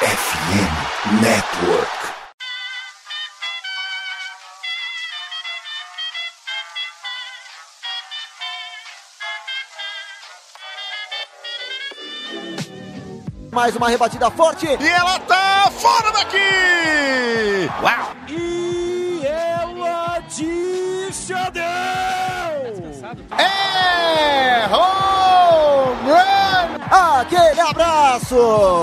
FM Network. Mais uma rebatida forte. E ela tá fora daqui! Uau! E ela descendeu! É home run! Aquele abraço!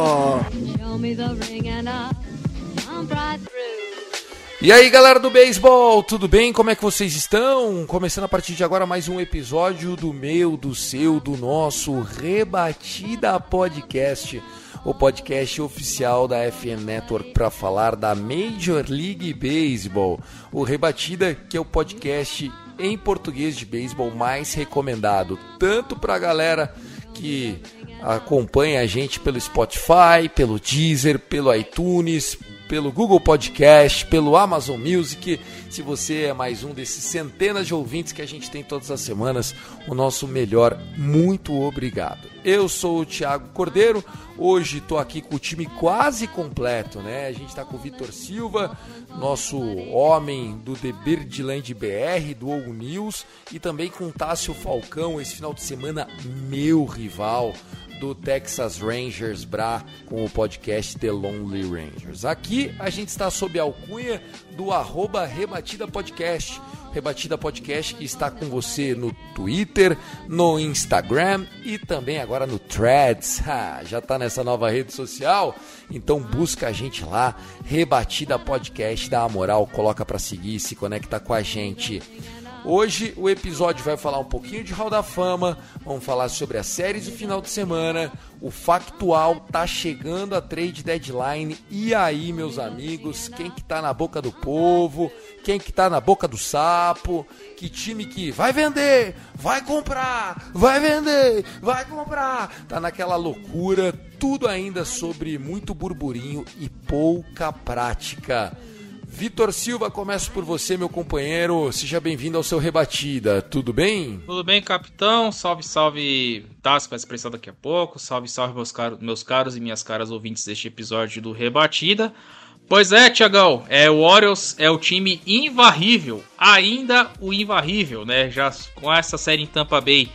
E aí, galera do beisebol, tudo bem? Como é que vocês estão? Começando a partir de agora mais um episódio do meu, do seu, do nosso Rebatida Podcast, o podcast oficial da FM Network para falar da Major League Baseball. O Rebatida, que é o podcast em português de beisebol mais recomendado, tanto para a galera que acompanha a gente pelo Spotify, pelo Deezer, pelo iTunes, pelo Google Podcast, pelo Amazon Music. Se você é mais um desses centenas de ouvintes que a gente tem todas as semanas, o nosso melhor, muito obrigado. Eu sou o Thiago Cordeiro, hoje estou aqui com o time quase completo, né? A gente está com o Vitor Silva, nosso homem do The Birdland BR, do All News, e também com o Tássio Falcão, esse final de semana, meu rival, do Texas Rangers Bra, com o podcast The Lonely Rangers. Aqui a gente está sob a alcunha do @Rebatida Podcast. Rebatida Podcast que está com você no Twitter, no Instagram e também agora no Threads. Já está nessa nova rede social? Então busca a gente lá, Rebatida Podcast, dá uma moral, coloca para seguir, se conecta com a gente. Hoje o episódio vai falar um pouquinho de Hall da Fama, vamos falar sobre as séries do final de semana, o factual, tá chegando a trade deadline, e aí, meus amigos, quem que tá na boca do povo, quem que tá na boca do sapo, que time que vai vender, vai comprar, vai vender, vai comprar, tá naquela loucura, tudo ainda sobre muito burburinho e pouca prática. Vitor Silva, começo por você, meu companheiro. Seja bem-vindo ao seu Rebatida. Tudo bem? Tudo bem, capitão. Salve, salve. Tássio vai se expressar daqui a pouco. Salve, salve, meus caros e minhas caras ouvintes deste episódio do Rebatida. Pois é, Thiagão. O Orioles é o time invarrível. Ainda o invarrível, né? Já com essa série em Tampa Bay,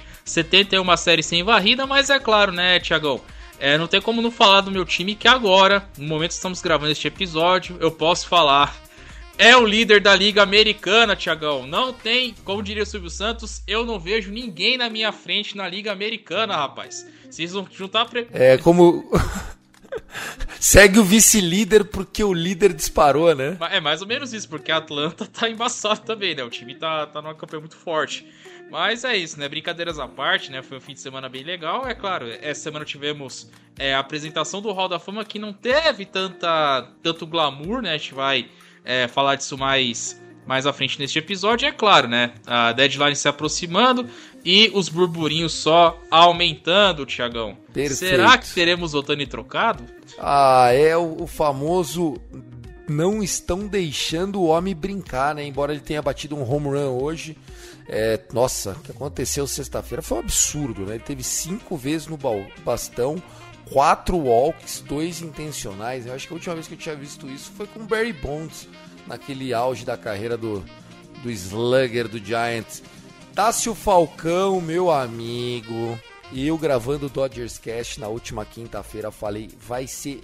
71 séries sem varrida, mas é claro, né, Thiagão? Não tem como não falar do meu time que agora, no momento que estamos gravando este episódio, eu posso falar. É o líder da Liga Americana, Thiagão. Não tem, como diria o Silvio Santos, eu não vejo ninguém na minha frente na Liga Americana, rapaz. Vocês vão juntar... como... Segue o vice-líder porque o líder disparou, né? É mais ou menos isso, porque a Atlanta tá embaçado também, né? O time tá numa campanha muito forte. Mas é isso, né? Brincadeiras à parte, né? Foi um fim de semana bem legal. É claro, essa semana tivemos a apresentação do Hall da Fama, que não teve tanto glamour, né? A gente vai falar disso mais à frente neste episódio. É claro, né? A deadline se aproximando e os burburinhos só aumentando, Thiagão. Perfeito. Será que teremos Ohtani trocado? É o famoso... Não estão deixando o homem brincar, né? Embora ele tenha batido um home run hoje. Nossa, o que aconteceu sexta-feira foi um absurdo, né? Ele teve 5 vezes no bastão, 4 walks, 2 intencionais. Eu acho que a última vez que eu tinha visto isso foi com o Barry Bonds, naquele auge da carreira do slugger do Giants. Tássio Falcão, meu amigo, eu gravando o Dodgers Cast na última quinta-feira, falei, vai ser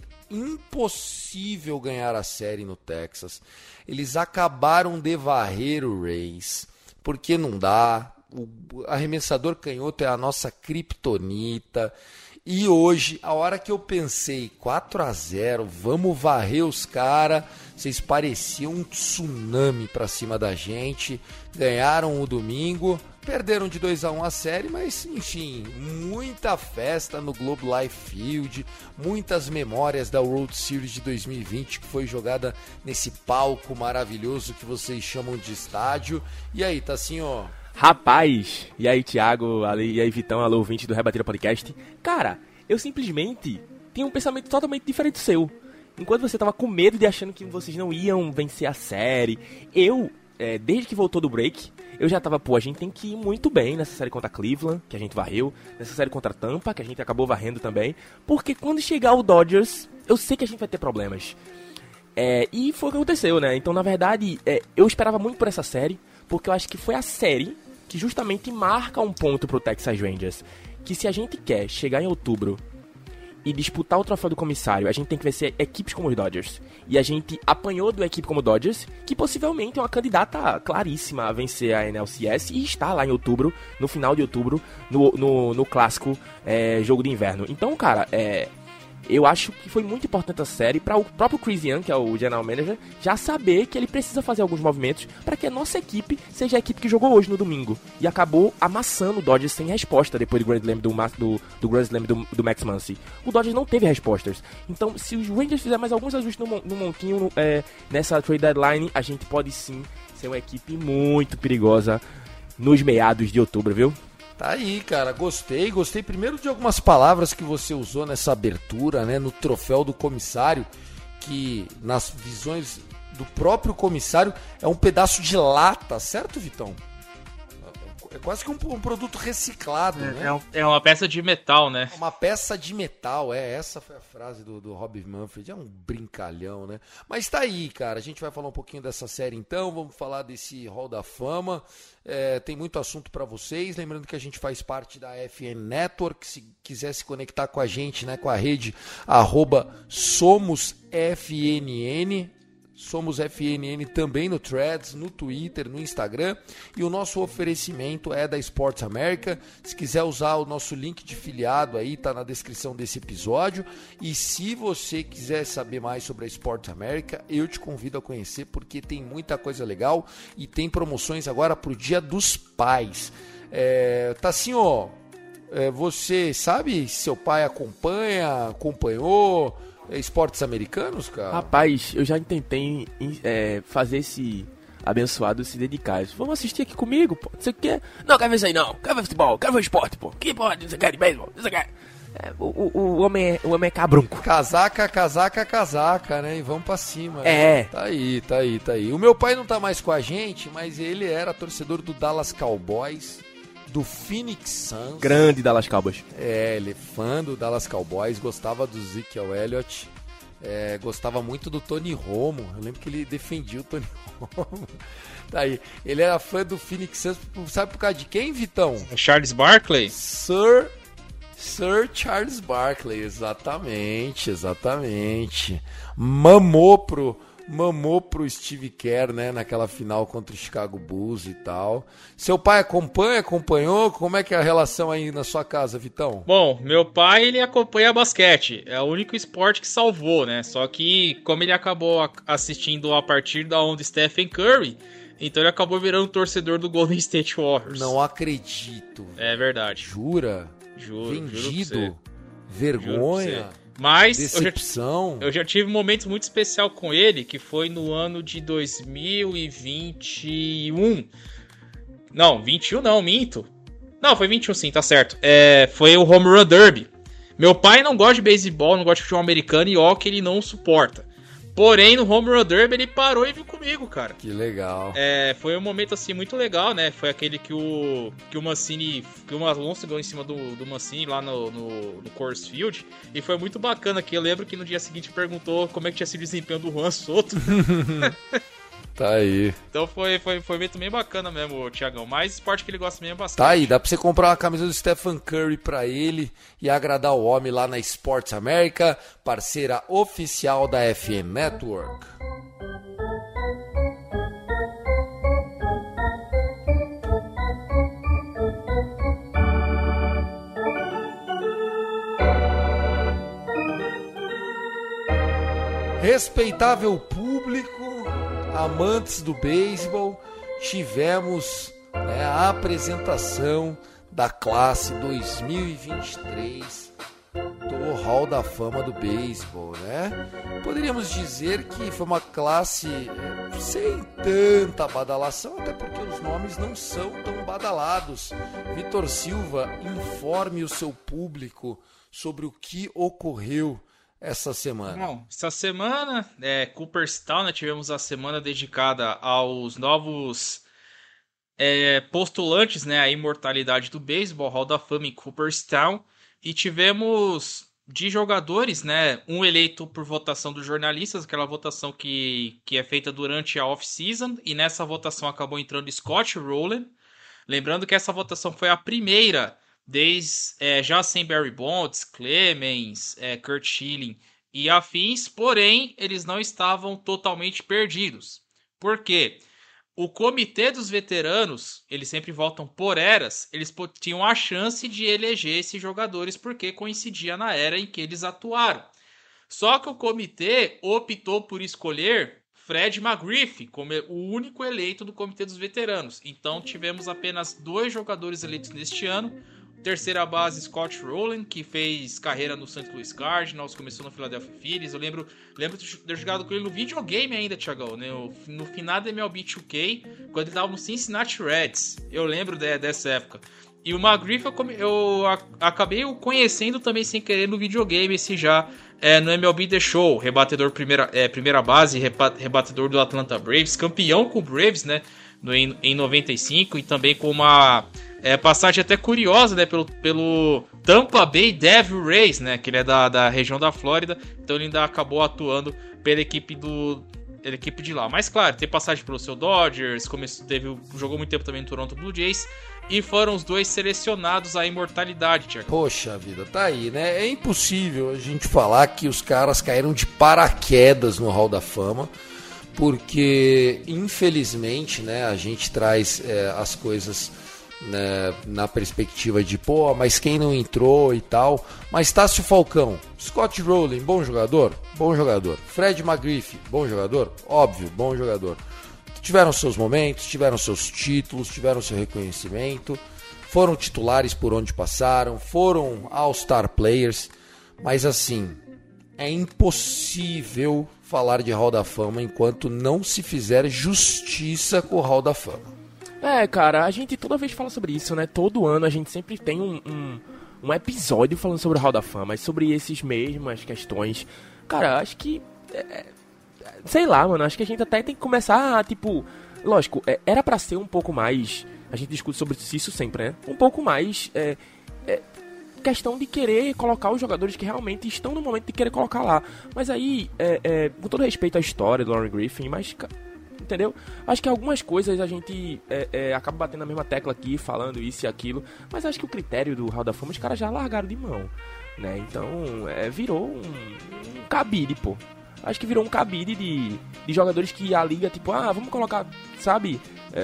impossível ganhar a série no Texas. Eles acabaram de varrer o Rays, porque não dá. O arremessador canhoto é a nossa criptonita. E hoje, a hora que eu pensei 4-0, vamos varrer os caras, vocês pareciam um tsunami pra cima da gente. Ganharam o domingo, perderam de 2-1 a série, mas enfim, muita festa no Globe Life Field, muitas memórias da World Series de 2020 que foi jogada nesse palco maravilhoso que vocês chamam de estádio. E aí, tá assim, ó... Rapaz, e aí Thiago, e aí Vitão, alô ouvinte do Rebatida Podcast. Cara, eu simplesmente tenho um pensamento totalmente diferente do seu. Enquanto você tava com medo de achando que vocês não iam vencer a série, desde que voltou do break, eu já tava, a gente tem que ir muito bem nessa série contra Cleveland, que a gente varreu, nessa série contra Tampa, que a gente acabou varrendo também, porque quando chegar o Dodgers, eu sei que a gente vai ter problemas. E foi o que aconteceu, né? Então, na verdade, eu esperava muito por essa série, porque eu acho que foi a série que justamente marca um ponto pro Texas Rangers. Que se a gente quer chegar em outubro e disputar o troféu do comissário, a gente tem que vencer equipes como os Dodgers. E a gente apanhou do equipe como o Dodgers, que possivelmente é uma candidata claríssima a vencer a NLCS e está lá em outubro, no final de outubro, no clássico jogo de inverno. Então, cara, eu acho que foi muito importante a série para o próprio Chris Young, que é o general manager, já saber que ele precisa fazer alguns movimentos para que a nossa equipe seja a equipe que jogou hoje no domingo. E acabou amassando o Dodgers sem resposta depois do Grand Slam do Grand Slam do Max Muncy. O Dodgers não teve respostas. Então, se os Rangers fizerem mais alguns ajustes no montinho nessa trade deadline, a gente pode sim ser uma equipe muito perigosa nos meados de outubro, viu? Tá aí, cara, gostei primeiro de algumas palavras que você usou nessa abertura, né, no troféu do comissário, que nas visões do próprio comissário é um pedaço de lata, certo, Vitão? É quase que um produto reciclado, né? É uma peça de metal, né? Uma peça de metal, essa foi a frase do Rob Manfred, é um brincalhão, né? Mas tá aí, cara, a gente vai falar um pouquinho dessa série então, vamos falar desse Hall da Fama, tem muito assunto para vocês, lembrando que a gente faz parte da FN Network, se quiser se conectar com a gente, né, com a rede @SomosFNN, Somos FNN também no Threads, no Twitter, no Instagram. E o nosso oferecimento é da Sports America. Se quiser usar o nosso link de filiado aí, tá na descrição desse episódio. E se você quiser saber mais sobre a Sports America, eu te convido a conhecer, porque tem muita coisa legal e tem promoções agora pro Dia dos Pais. Tassinho, você sabe se seu pai acompanhou esportes americanos, cara? Rapaz, eu já tentei fazer esse abençoado se dedicar. Vamos assistir aqui comigo, pô. Você quer? Não, quero ver isso aí não. Quero ver futebol, quero ver esporte, pô. Que pode? Você quer de beisebol? Você quer? O homem é cabrunco. Casaca, né? E vamos pra cima. É. Tá aí. O meu pai não tá mais com a gente, mas ele era torcedor do Dallas Cowboys, do Phoenix Suns. Grande Dallas Cowboys. Ele é fã do Dallas Cowboys, gostava do Ezekiel Elliott, gostava muito do Tony Romo. Eu lembro que ele defendia o Tony Romo. Tá aí. Ele era fã do Phoenix Suns, sabe por causa de quem, Vitão? Charles Barkley? Sir Charles Barkley, exatamente. Mamou pro Steve Kerr, né, naquela final contra o Chicago Bulls e tal. Seu pai acompanhou? Como é que é a relação aí na sua casa, Vitão? Bom, meu pai, ele acompanha basquete. É o único esporte que salvou, né? Só que, como ele acabou assistindo a partir da onda Stephen Curry, então ele acabou virando torcedor do Golden State Warriors. Não acredito. É verdade. Jura? Juro. Vendido? Vergonha? Mas decepção. Eu já tive momentos muito especial com ele, que foi no ano de 2021. Não, 21 não, minto. Não, foi 21 sim, tá certo. Foi o Home Run Derby. Meu pai não gosta de beisebol, não gosta de futebol americano e hockey ele não suporta. Porém, no Home Run Derby ele parou e viu comigo, cara. Que legal. Foi um momento assim muito legal, né? Foi aquele que o Mancini, que o Alonso ganhou em cima do Mancini lá no Coors Field. E foi muito bacana que eu lembro que no dia seguinte perguntou como é que tinha sido o desempenho do Juan Soto. Tá aí. Então foi um evento bem bacana mesmo, Thiagão. Mas esporte que ele gosta mesmo é bastante. Tá aí, dá pra você comprar uma camisa do Stephen Curry pra ele e agradar o homem lá na Sports America, parceira oficial da FN Network. Respeitável público, amantes do beisebol, tivemos a apresentação da classe 2023 do Hall da Fama do beisebol, né? Poderíamos dizer que foi uma classe sem tanta badalação, até porque os nomes não são tão badalados. Vitor Silva, informe o seu público sobre o que ocorreu essa semana. Bom, essa semana, Cooperstown, né, tivemos a semana dedicada aos novos postulantes, né, à imortalidade do beisebol, Hall da Fama em Cooperstown, e tivemos de jogadores, né? Um eleito por votação dos jornalistas, aquela votação que é feita durante a off-season, e nessa votação acabou entrando Scott Rowland. Lembrando que essa votação foi a primeira já sem Barry Bonds, Clemens, Curt Schilling e afins, porém eles não estavam totalmente perdidos. Por quê? O comitê dos veteranos, eles sempre votam por eras, eles tinham a chance de eleger esses jogadores porque coincidia na era em que eles atuaram. Só que o comitê optou por escolher Fred McGriff como o único eleito do comitê dos veteranos. Então tivemos apenas 2 jogadores eleitos neste ano. Terceira base, Scott Rowland, que fez carreira no St. Louis Cardinals, começou no Philadelphia Phillies. Eu lembro de ter jogado com ele no videogame ainda, Thiagão, né? No final da MLB 2K, quando ele estava no Cincinnati Reds. Eu lembro dessa época. E o McGriff eu acabei o conhecendo também sem querer no videogame, no MLB The Show, rebatedor primeira base, rebatedor do Atlanta Braves, campeão com o Braves, né? Em 95, e também com uma passagem até curiosa, né, pelo Tampa Bay Devil Rays, né, que ele é da região da Flórida, então ele ainda acabou atuando pela equipe de lá. Mas claro, tem passagem pelo seu Dodgers, jogou muito tempo também no Toronto Blue Jays, e foram os 2 selecionados à imortalidade, Thiago. Poxa vida, tá aí, né? É impossível a gente falar que os caras caíram de paraquedas no Hall da Fama, porque infelizmente, né, a gente traz as coisas, né, na perspectiva de mas quem não entrou e tal. Mas Tássio Falcão, Scott Rowland, bom jogador, Fred McGriff, bom jogador, óbvio, bom jogador. Tiveram seus momentos, tiveram seus títulos, tiveram seu reconhecimento, foram titulares por onde passaram, foram All-Star Players, mas assim, é impossível falar de Hall da Fama enquanto não se fizer justiça com o Hall da Fama. Cara, a gente toda vez fala sobre isso, né? Todo ano a gente sempre tem um episódio falando sobre o Hall da Fama, sobre essas mesmas questões. Cara, acho que... sei lá, mano, acho que a gente até tem que começar, lógico, era pra ser um pouco mais... A gente discute sobre isso sempre, né? Um pouco mais... questão de querer colocar os jogadores que realmente estão no momento de querer colocar lá. Mas aí, com todo respeito à história do Lauren Griffin, mas... entendeu? Acho que algumas coisas a gente acaba batendo na mesma tecla aqui, falando isso e aquilo, mas acho que o critério do Hall da Fama os caras já largaram de mão, né? Então, virou um cabide, pô. Acho que virou um cabide de jogadores que a liga, vamos colocar, sabe?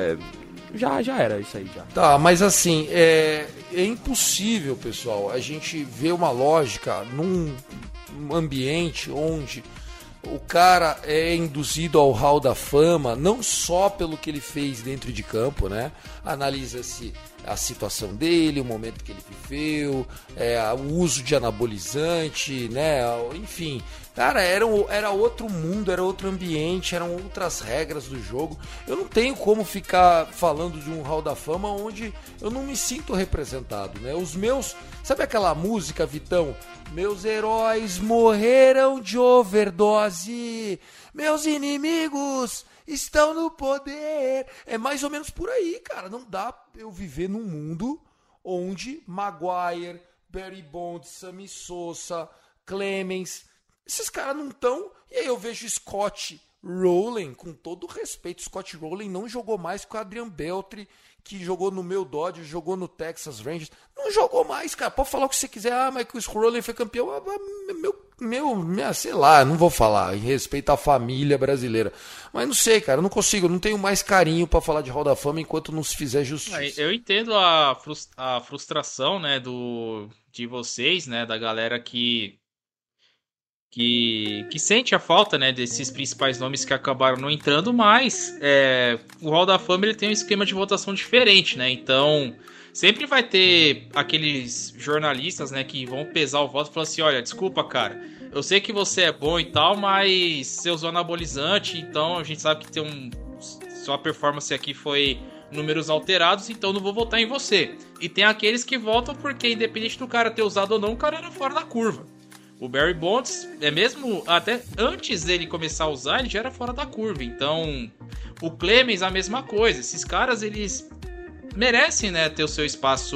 Já era isso aí, já. Tá, mas assim, é impossível, pessoal, a gente ver uma lógica num ambiente onde o cara é induzido ao Hall da Fama não só pelo que ele fez dentro de campo, né? Analisa-se a situação dele, o momento que ele viveu, o uso de anabolizante, né? Enfim, cara, era outro mundo, era outro ambiente, eram outras regras do jogo. Eu não tenho como ficar falando de um Hall da Fama onde eu não me sinto representado, né? Sabe aquela música, Vitão? Meus heróis morreram de overdose, meus inimigos estão no poder. É mais ou menos por aí, cara. Não dá eu viver num mundo onde Maguire, Barry Bonds, Sammy Sosa, Clemens, esses caras não estão. E aí eu vejo Scott Rowland, com todo respeito, Scott Rowland não jogou mais com o Adrian Beltre, que jogou no meu Dodgers, jogou no Texas Rangers, não jogou mais, cara. Pode falar o que você quiser, mas que o Scott Rowland foi campeão, sei lá, não vou falar, em respeito à família brasileira. Mas não sei, cara, não consigo, não tenho mais carinho pra falar de Hall da Fama enquanto não se fizer justiça. Eu entendo a frustração, né, de vocês, né, da galera que sente a falta, né, desses principais nomes que acabaram não entrando, mas o Hall da Fama ele tem um esquema de votação diferente, né? Então sempre vai ter aqueles jornalistas, né, que vão pesar o voto e falar assim, olha, desculpa, cara, eu sei que você é bom e tal, mas você usou anabolizante, então a gente sabe que sua performance aqui foi números alterados, então não vou votar em você. E tem aqueles que votam porque, independente do cara ter usado ou não, o cara era fora da curva. O Barry Bonds, mesmo até antes dele começar a usar, ele já era fora da curva. Então, o Clemens, a mesma coisa. Esses caras, eles merecem, né, ter o seu espaço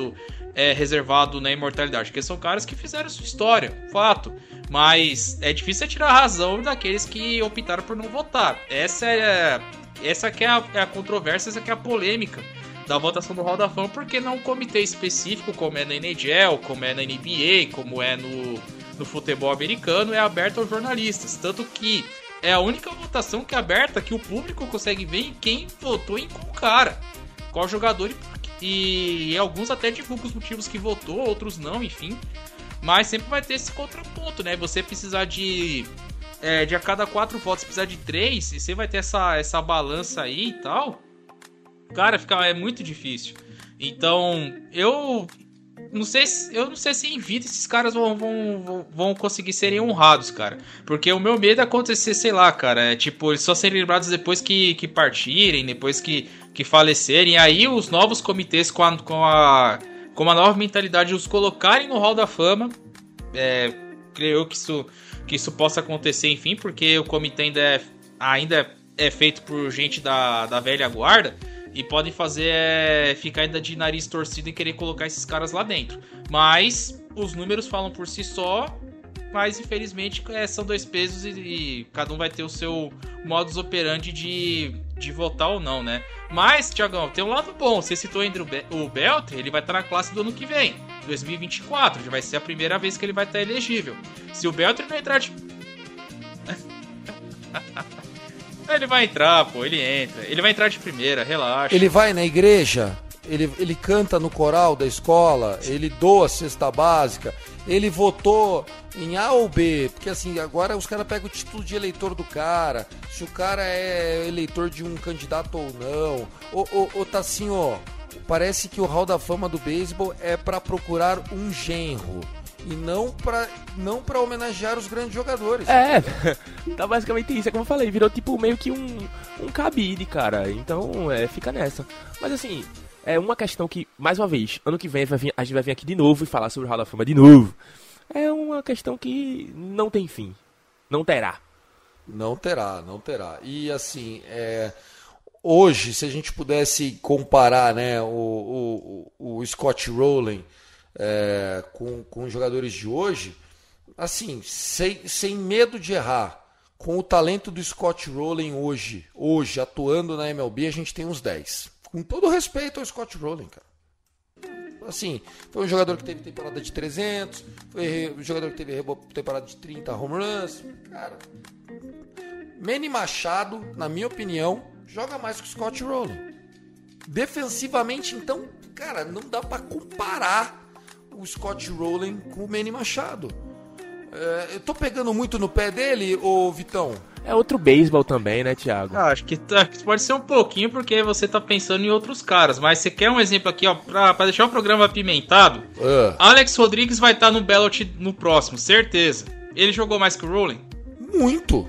reservado na imortalidade, porque são caras que fizeram sua história, fato. Mas é difícil tirar a razão daqueles que optaram por não votar. Essa que é a controvérsia, essa que é a polêmica da votação do Hall da Fama, porque não um comitê específico, como é na NHL, como é na NBA, como é no futebol americano, é aberto aos jornalistas. Tanto que é a única votação que é aberta, que o público consegue ver em quem votou em qual cara, qual jogador, e alguns até divulgam os motivos que votou, outros não, enfim. Mas sempre vai ter esse contraponto, né? Você precisar de a cada 4 votos, precisar de 3, e você vai ter essa balança aí e tal. Cara, é muito difícil. Então, eu não sei se em vida esses caras vão conseguir serem honrados, cara. Porque o meu medo é acontecer, sei lá, cara, eles só serem lembrados depois que partirem, depois que falecerem. E aí os novos comitês com uma nova mentalidade os colocarem no Hall da Fama. Creio eu que isso possa acontecer, enfim, porque o comitê ainda é feito por gente da velha guarda. E podem fazer ficar ainda de nariz torcido e querer colocar esses caras lá dentro. Mas os números falam por si só. Mas infelizmente são 2 pesos e cada um vai ter o seu modus operandi de votar ou não, né? Mas, Thiagão, tem um lado bom. Você citou o Belter, ele vai estar na classe do ano que vem, 2024. Já vai ser a primeira vez que ele vai estar elegível. Se o Belter não entrar de... Ele vai entrar, pô, ele entra. Ele vai entrar de primeira, relaxa. Ele vai na igreja, ele canta no coral da escola, ele doa a cesta básica, ele votou em A ou B, porque assim, agora os caras pegam o título de eleitor do cara, se o cara é eleitor de um candidato ou não. Tá assim, ó, parece que o Hall da Fama do beisebol é pra procurar um genro. E não pra homenagear os grandes jogadores. Tá basicamente isso, é como eu falei, virou tipo meio que um cabide, cara. Então, fica nessa. Mas assim, é uma questão que, mais uma vez, ano que vem a gente vai vir aqui de novo e falar sobre o Hall da Fama de novo. É uma questão que não tem fim. Não terá. Não terá. E assim, hoje, se a gente pudesse comparar, né, o Scott Rowland com os jogadores de hoje, assim, sem medo de errar, com o talento do Scott Rowland hoje atuando na MLB, a gente tem uns 10. Com todo respeito ao Scott Rowland, cara. Assim, foi um jogador que teve temporada de 300, foi um jogador que teve temporada de 30 home runs. Cara, Manny Machado, na minha opinião, joga mais que o Scott Rowland. Defensivamente, então, cara, não dá pra comparar o Scott Rowland com o Manny Machado. Eu tô pegando muito no pé dele, ô Vitão? É outro beisebol também, né, Thiago? Acho que pode ser um pouquinho, porque você tá pensando em outros caras. Mas você quer um exemplo aqui, ó, pra deixar o programa apimentado? Alex Rodrigues vai estar no ballot no próximo, certeza. Ele jogou mais que o Rowland? Muito.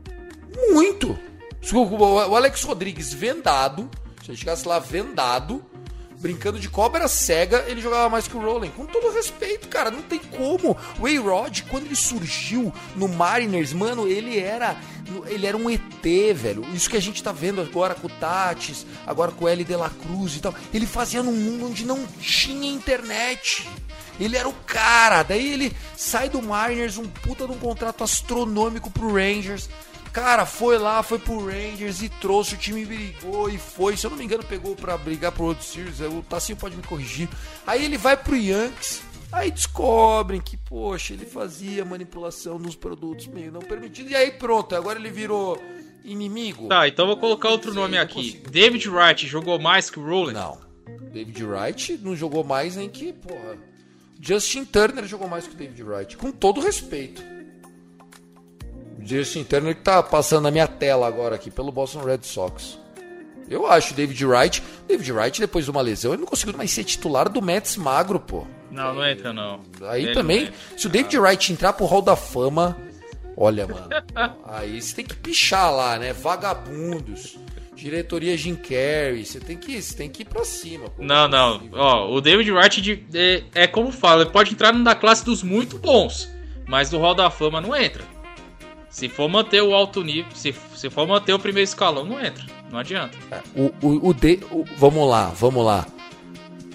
O Alex Rodrigues vendado, se ele chegasse lá vendado, brincando de cobra cega, ele jogava mais que o Rowland. Com todo respeito, cara, não tem como. O A-Rod, quando ele surgiu no Mariners, mano, ele era um ET, velho. Isso que a gente tá vendo agora com o Tatis, agora com o L. De La Cruz e tal. Ele fazia num mundo onde não tinha internet. Ele era o cara. Daí ele sai do Mariners, um puta de um contrato astronômico pro Rangers. Cara, foi pro Rangers e trouxe, o time brigou e foi. Se eu não me engano, pegou pra brigar pro World Series. O Tassinho pode me corrigir. Aí ele vai pro Yankees. Aí descobrem que, poxa, ele fazia manipulação nos produtos meio não permitidos. E aí pronto, agora ele virou inimigo. Tá, então vou colocar outro nome aqui. David Wright jogou mais que o Rowland? Não. David Wright não jogou mais nem que, porra. Justin Turner jogou mais que o David Wright. Com todo respeito. O Justin Turner que tá passando na minha tela agora aqui pelo Boston Red Sox. Eu acho David Wright, depois de uma lesão, ele não conseguiu mais ser titular do Mets magro, pô. Não entra não. Aí ele também, se o David Wright entrar pro Hall da Fama, olha, mano, aí você tem que pichar lá, né? Vagabundos, diretoria Jim Carrey, você tem que ir pra cima. Pô. Não. Ó, o David Wright é como fala, ele pode entrar na classe dos muito bons, mas do Hall da Fama não entra. Se for manter o alto nível, se for manter o primeiro escalão, não entra. Não adianta. Vamos lá.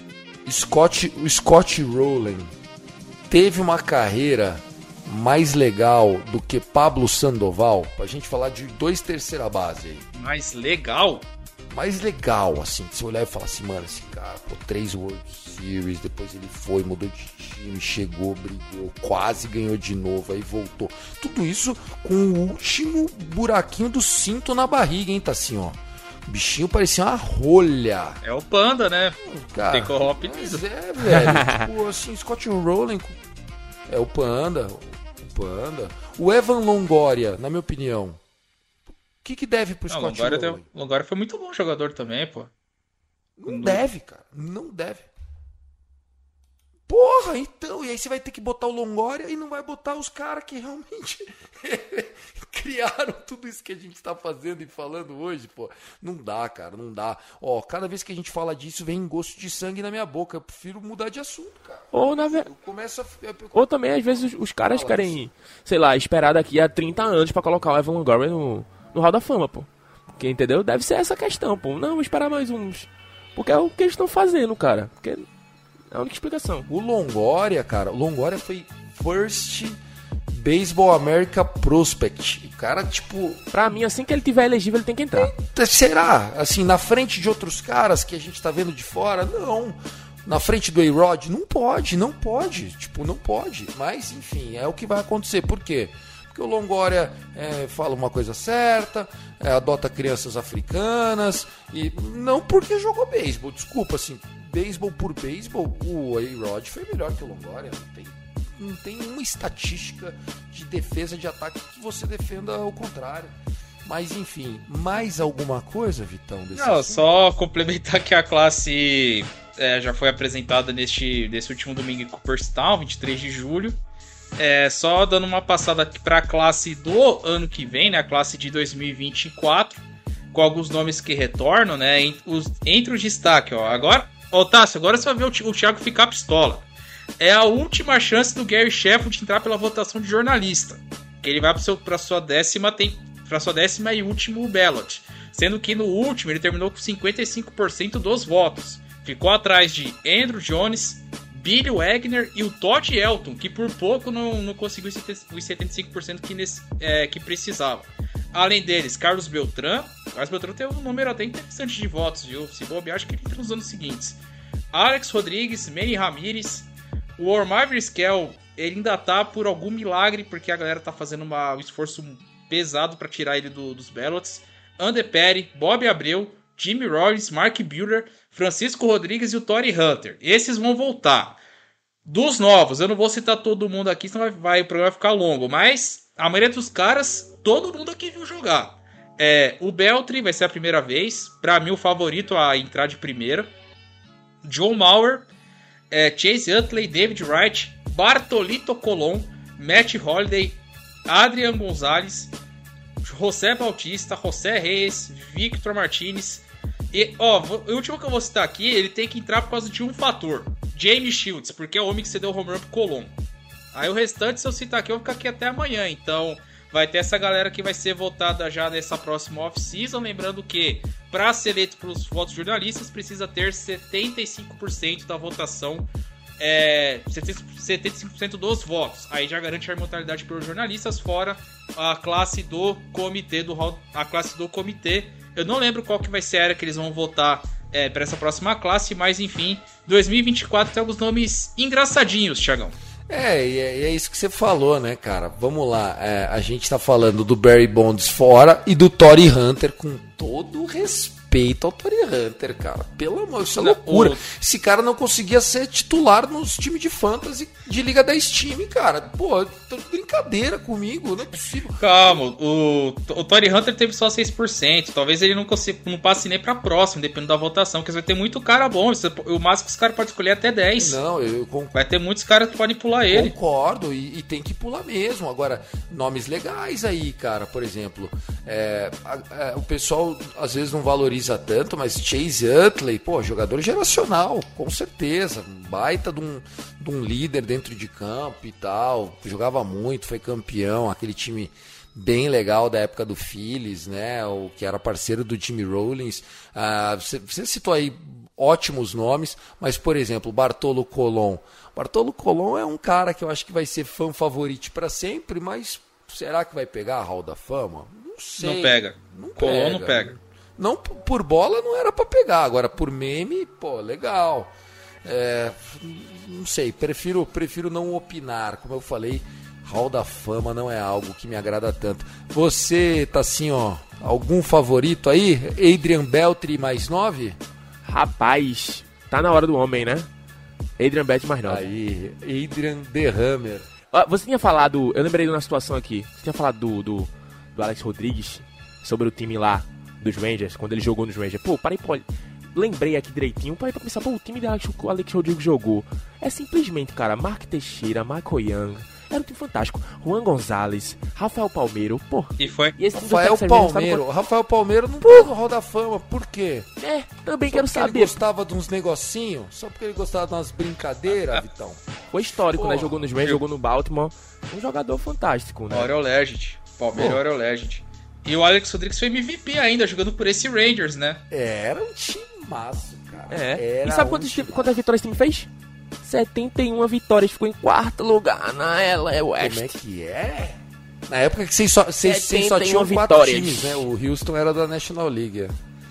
o Scott Rowland teve uma carreira mais legal do que Pablo Sandoval? Pra gente falar de 2 terceira base aí. Mais legal? Mais legal, assim, se olhar e falar assim, mano, esse cara, pô, 3 World Series, depois ele foi, mudou de time, chegou, brigou, quase ganhou de novo, aí voltou. Tudo isso com o último buraquinho do cinto na barriga, hein, tá assim, ó. O bichinho parecia uma rolha. É o Panda, né? Cara, tem co-op mas nisso. é, velho, tipo, assim, Scott Rowland é o Panda. O Evan Longoria, na minha opinião, o que deve pro Scott Rowland? Longoria foi muito bom jogador também, pô. Não deve, cara. Não deve. Porra, então. E aí você vai ter que botar o Longoria e não vai botar os caras que realmente criaram tudo isso que a gente tá fazendo e falando hoje, pô. Não dá, cara. Não dá. Ó, cada vez que a gente fala disso, vem gosto de sangue na minha boca. Eu prefiro mudar de assunto, cara. Ou também, às vezes, os caras querem, sei lá, esperar daqui a 30 anos pra colocar o Evan Longoria no Hall da Fama, pô. Porque, entendeu? Deve ser essa questão, pô. Não, esperar mais uns. Porque é o que eles estão fazendo, cara. Porque é a única explicação. O Longoria, cara, o Longoria foi First Baseball America Prospect. O cara, tipo... Pra mim, assim que ele tiver elegível, ele tem que entrar. Será? Assim, na frente de outros caras que a gente tá vendo de fora? Não. Na frente do A-Rod? Não pode. Tipo, não pode. Mas, enfim, é o que vai acontecer. Por quê? Porque o Longoria fala uma coisa certa, adota crianças africanas, e não porque jogou beisebol, desculpa, assim, beisebol por beisebol, o A-Rod foi melhor que o Longoria, não tem uma estatística de defesa, de ataque que você defenda ao contrário. Mas enfim, mais alguma coisa, Vitão? Não, só complementar que a classe já foi apresentada nesse último domingo em Cooperstown, 23 de julho. Só dando uma passada aqui para a classe do ano que vem, né, a classe de 2024, com alguns nomes que retornam, né, entre os destaques, ó. Agora, Tássio, agora você vai ver o Thiago ficar pistola. É a última chance do Gary Sheffield entrar pela votação de jornalista, que ele vai para sua 10ª e último ballot, sendo que no último ele terminou com 55% dos votos. Ficou atrás de Andrew Jones, Billy Wagner e o Todd Helton, que por pouco não conseguiu os 75% que precisava. Além deles, Carlos Beltrán. Carlos Beltrán tem um número até interessante de votos, viu? Se bobear, acho que ele entra nos anos seguintes. Alex Rodrigues, Manny Ramirez, o Omar Vizquel, ele ainda tá por algum milagre, porque a galera tá fazendo um esforço pesado para tirar ele dos ballots. Ander Perry, Bob Abreu, Jimmy Rollins, Mark Buehler, Francisco Rodrigues e o Torii Hunter. Esses vão voltar. Dos novos, eu não vou citar todo mundo aqui, senão o programa vai ficar longo. Mas a maioria dos caras, todo mundo aqui viu jogar. O Beltri vai ser a primeira vez. Pra mim, o favorito a entrar de primeira. John Mauer, Chase Utley, David Wright, Bartolito Colon, Matt Holliday, Adrian Gonzalez, José Bautista, José Reis, Victor Martinez. E, o último que eu vou citar aqui, ele tem que entrar por causa de um fator. James Shields, porque é o homem que cedeu o home run pro Colon. Aí o restante, se eu citar aqui, eu vou ficar aqui até amanhã. Então, vai ter essa galera que vai ser votada já nessa próxima off-season. Lembrando que, para ser eleito pelos votos jornalistas, precisa ter 75% da votação, 75% dos votos. Aí já garante a imortalidade pelos jornalistas, fora a classe do comitê, Eu não lembro qual que vai ser a área que eles vão votar para essa próxima classe, mas enfim, 2024 tem alguns nomes engraçadinhos, Thiagão. E é isso que você falou, né, cara? Vamos lá, a gente tá falando do Barry Bonds fora e do Torii Hunter, com todo o respeito ao Torii Hunter, cara. Pelo amor, isso é loucura. Esse cara não conseguia ser titular nos times de fantasy de Liga 10 time, cara. Pô, tô de brincadeira comigo, não é possível. Calma, o Torii Hunter teve só 6%. Talvez ele não passe nem pra próxima, dependendo da votação, porque vai ter muito cara bom. O máximo que os caras podem escolher é até 10. Não, eu concordo. Vai ter muitos caras que podem pular ele. Concordo, e tem que pular mesmo. Agora, nomes legais aí, cara. Por exemplo, o pessoal às vezes não valoriza tanto, mas Chase Utley, pô, jogador geracional, com certeza, baita de um líder dentro de campo e tal, jogava muito, foi campeão, aquele time bem legal da época do Phillies, né, o que era parceiro do Jimmy Rollins. Você citou aí ótimos nomes, mas, por exemplo, Bartolo Colon. Bartolo Colon é um cara que eu acho que vai ser fã favorito para sempre, mas será que vai pegar a Hall da Fama? Não sei. Não pega. Colon não pega. Não, por bola não era para pegar, agora por meme, pô, legal. Não sei, prefiro não opinar, como eu falei, Hall da Fama não é algo que me agrada tanto. Você tá assim, ó, algum favorito aí? Adrian Beltre mais 9? Rapaz, tá na hora do homem, né? Adrian Beltre mais 9. Aí, Adrian The Hammer. Você tinha falado, eu lembrei de uma situação aqui, você tinha falado do Alex Rodrigues sobre o time lá dos Rangers, quando ele jogou nos Rangers. Pô, lembrei aqui direitinho, parei pra pensar, o time que o Alex Rodrigues jogou é simplesmente, cara, Mark Teixeira, Michael Young, era um time fantástico, Juan Gonzalez, Rafael Palmeiro, pô. E foi? E esse Rafael Palmeiro não tá no Hall da Fama, por quê? Também só quero porque saber. Ele gostava de uns negocinhos? Só porque ele gostava de umas brincadeiras, Vitão? Foi histórico, né? Jogou nos Rangers, jogou no Baltimore, um jogador fantástico, né? Oreo Legend, Palmeiro Oreo Legend. E o Alex Rodrigues foi MVP ainda, jogando por esse Rangers, né? Era um timaço, cara. E sabe quantas vitórias esse time fez? 71 vitórias, ficou em quarto lugar na LA West. Como é que é? Na época que vocês só tinham 4 vitórias. times, né? O Houston era da National League.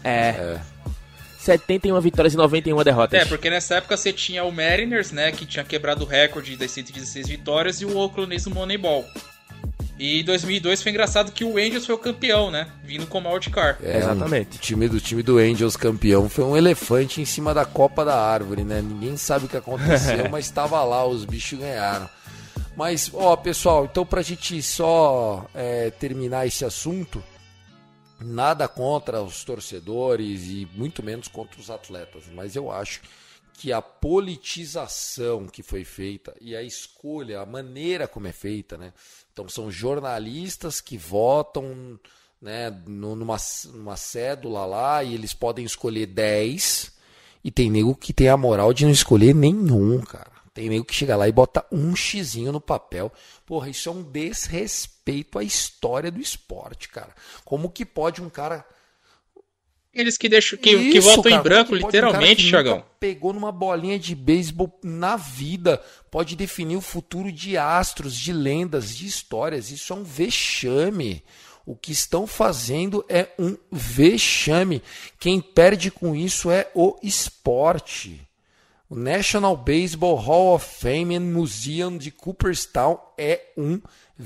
71 vitórias e 91 derrotas. Porque nessa época você tinha o Mariners, né? Que tinha quebrado o recorde das 116 vitórias, e o Oakland A's no Moneyball. E em 2002 foi engraçado que o Angels foi o campeão, né? Vindo com o wildcard. Exatamente. O time do Angels campeão foi um elefante em cima da copa da árvore, né? Ninguém sabe o que aconteceu, mas estava lá, os bichos ganharam. Mas, pessoal, então pra gente só terminar esse assunto, nada contra os torcedores e muito menos contra os atletas, mas eu acho que a politização que foi feita e a escolha, a maneira como é feita, né? Então são jornalistas que votam, né, numa cédula lá, e eles podem escolher 10, e tem nego que tem a moral de não escolher nenhum, cara. Tem nego que chega lá e bota um xizinho no papel. Porra, isso é um desrespeito à história do esporte, cara. Como que pode um cara... Eles que deixam que votam cara, em branco, literalmente, Thiagão. Pegou numa bolinha de beisebol na vida, pode definir o futuro de astros, de lendas, de histórias. Isso é um vexame. O que estão fazendo é um vexame. Quem perde com isso é o esporte. O National Baseball Hall of Fame and Museum de Cooperstown é um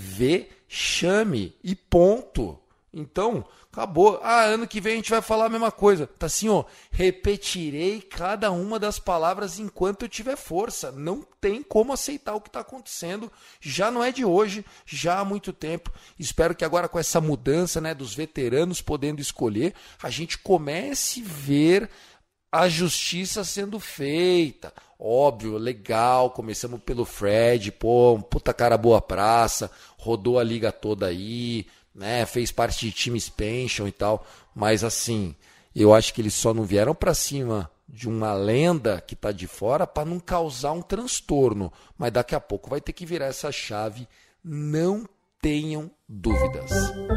vexame. E ponto. Então, acabou. Ano que vem a gente vai falar a mesma coisa. Tá assim, repetirei cada uma das palavras enquanto eu tiver força. Não tem como aceitar o que está acontecendo. Já não é de hoje, já há muito tempo. Espero que agora com essa mudança, né, dos veteranos podendo escolher, a gente comece a ver a justiça sendo feita. Óbvio, legal, começamos pelo Fred, um puta cara boa praça, rodou a liga toda aí, né, fez parte de time expansion e tal, mas assim, eu acho que eles só não vieram pra cima de uma lenda que tá de fora para não causar um transtorno, mas daqui a pouco vai ter que virar essa chave, não tenham dúvidas.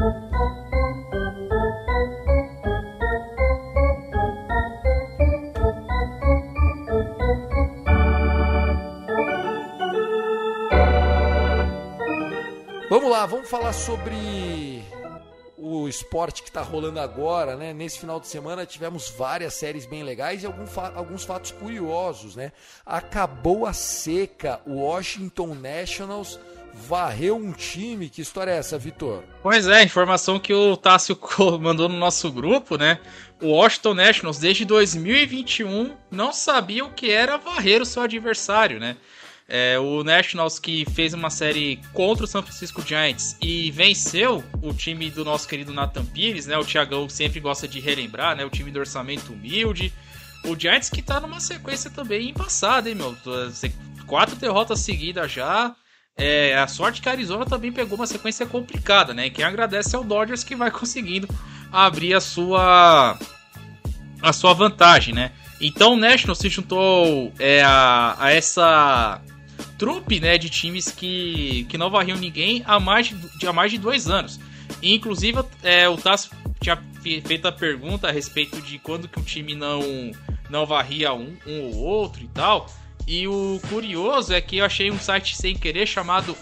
Vamos lá, vamos falar sobre o esporte que está rolando agora, né? Nesse final de semana tivemos várias séries bem legais e alguns fatos curiosos, né? Acabou a seca, o Washington Nationals varreu um time. Que história é essa, Vitor? Pois é, informação que o Tássio mandou no nosso grupo, né? O Washington Nationals, desde 2021, não sabia o que era varrer o seu adversário, né? O Nationals, que fez uma série contra o San Francisco Giants e venceu o time do nosso querido Nathan Pires, né? O Thiagão sempre gosta de relembrar, né? O time do orçamento humilde. O Giants que tá numa sequência também embaçada, hein, meu? 4 derrotas seguidas já. A sorte que a Arizona também pegou uma sequência complicada, né? E quem agradece é o Dodgers, que vai conseguindo abrir a sua vantagem, né? Então o Nationals se juntou a essa trupe, né, de times que não varriam ninguém há mais de 2 anos. E, inclusive, o Tasso tinha feito a pergunta a respeito de quando que um time não varria um ou outro e tal. E o curioso é que eu achei um site sem querer chamado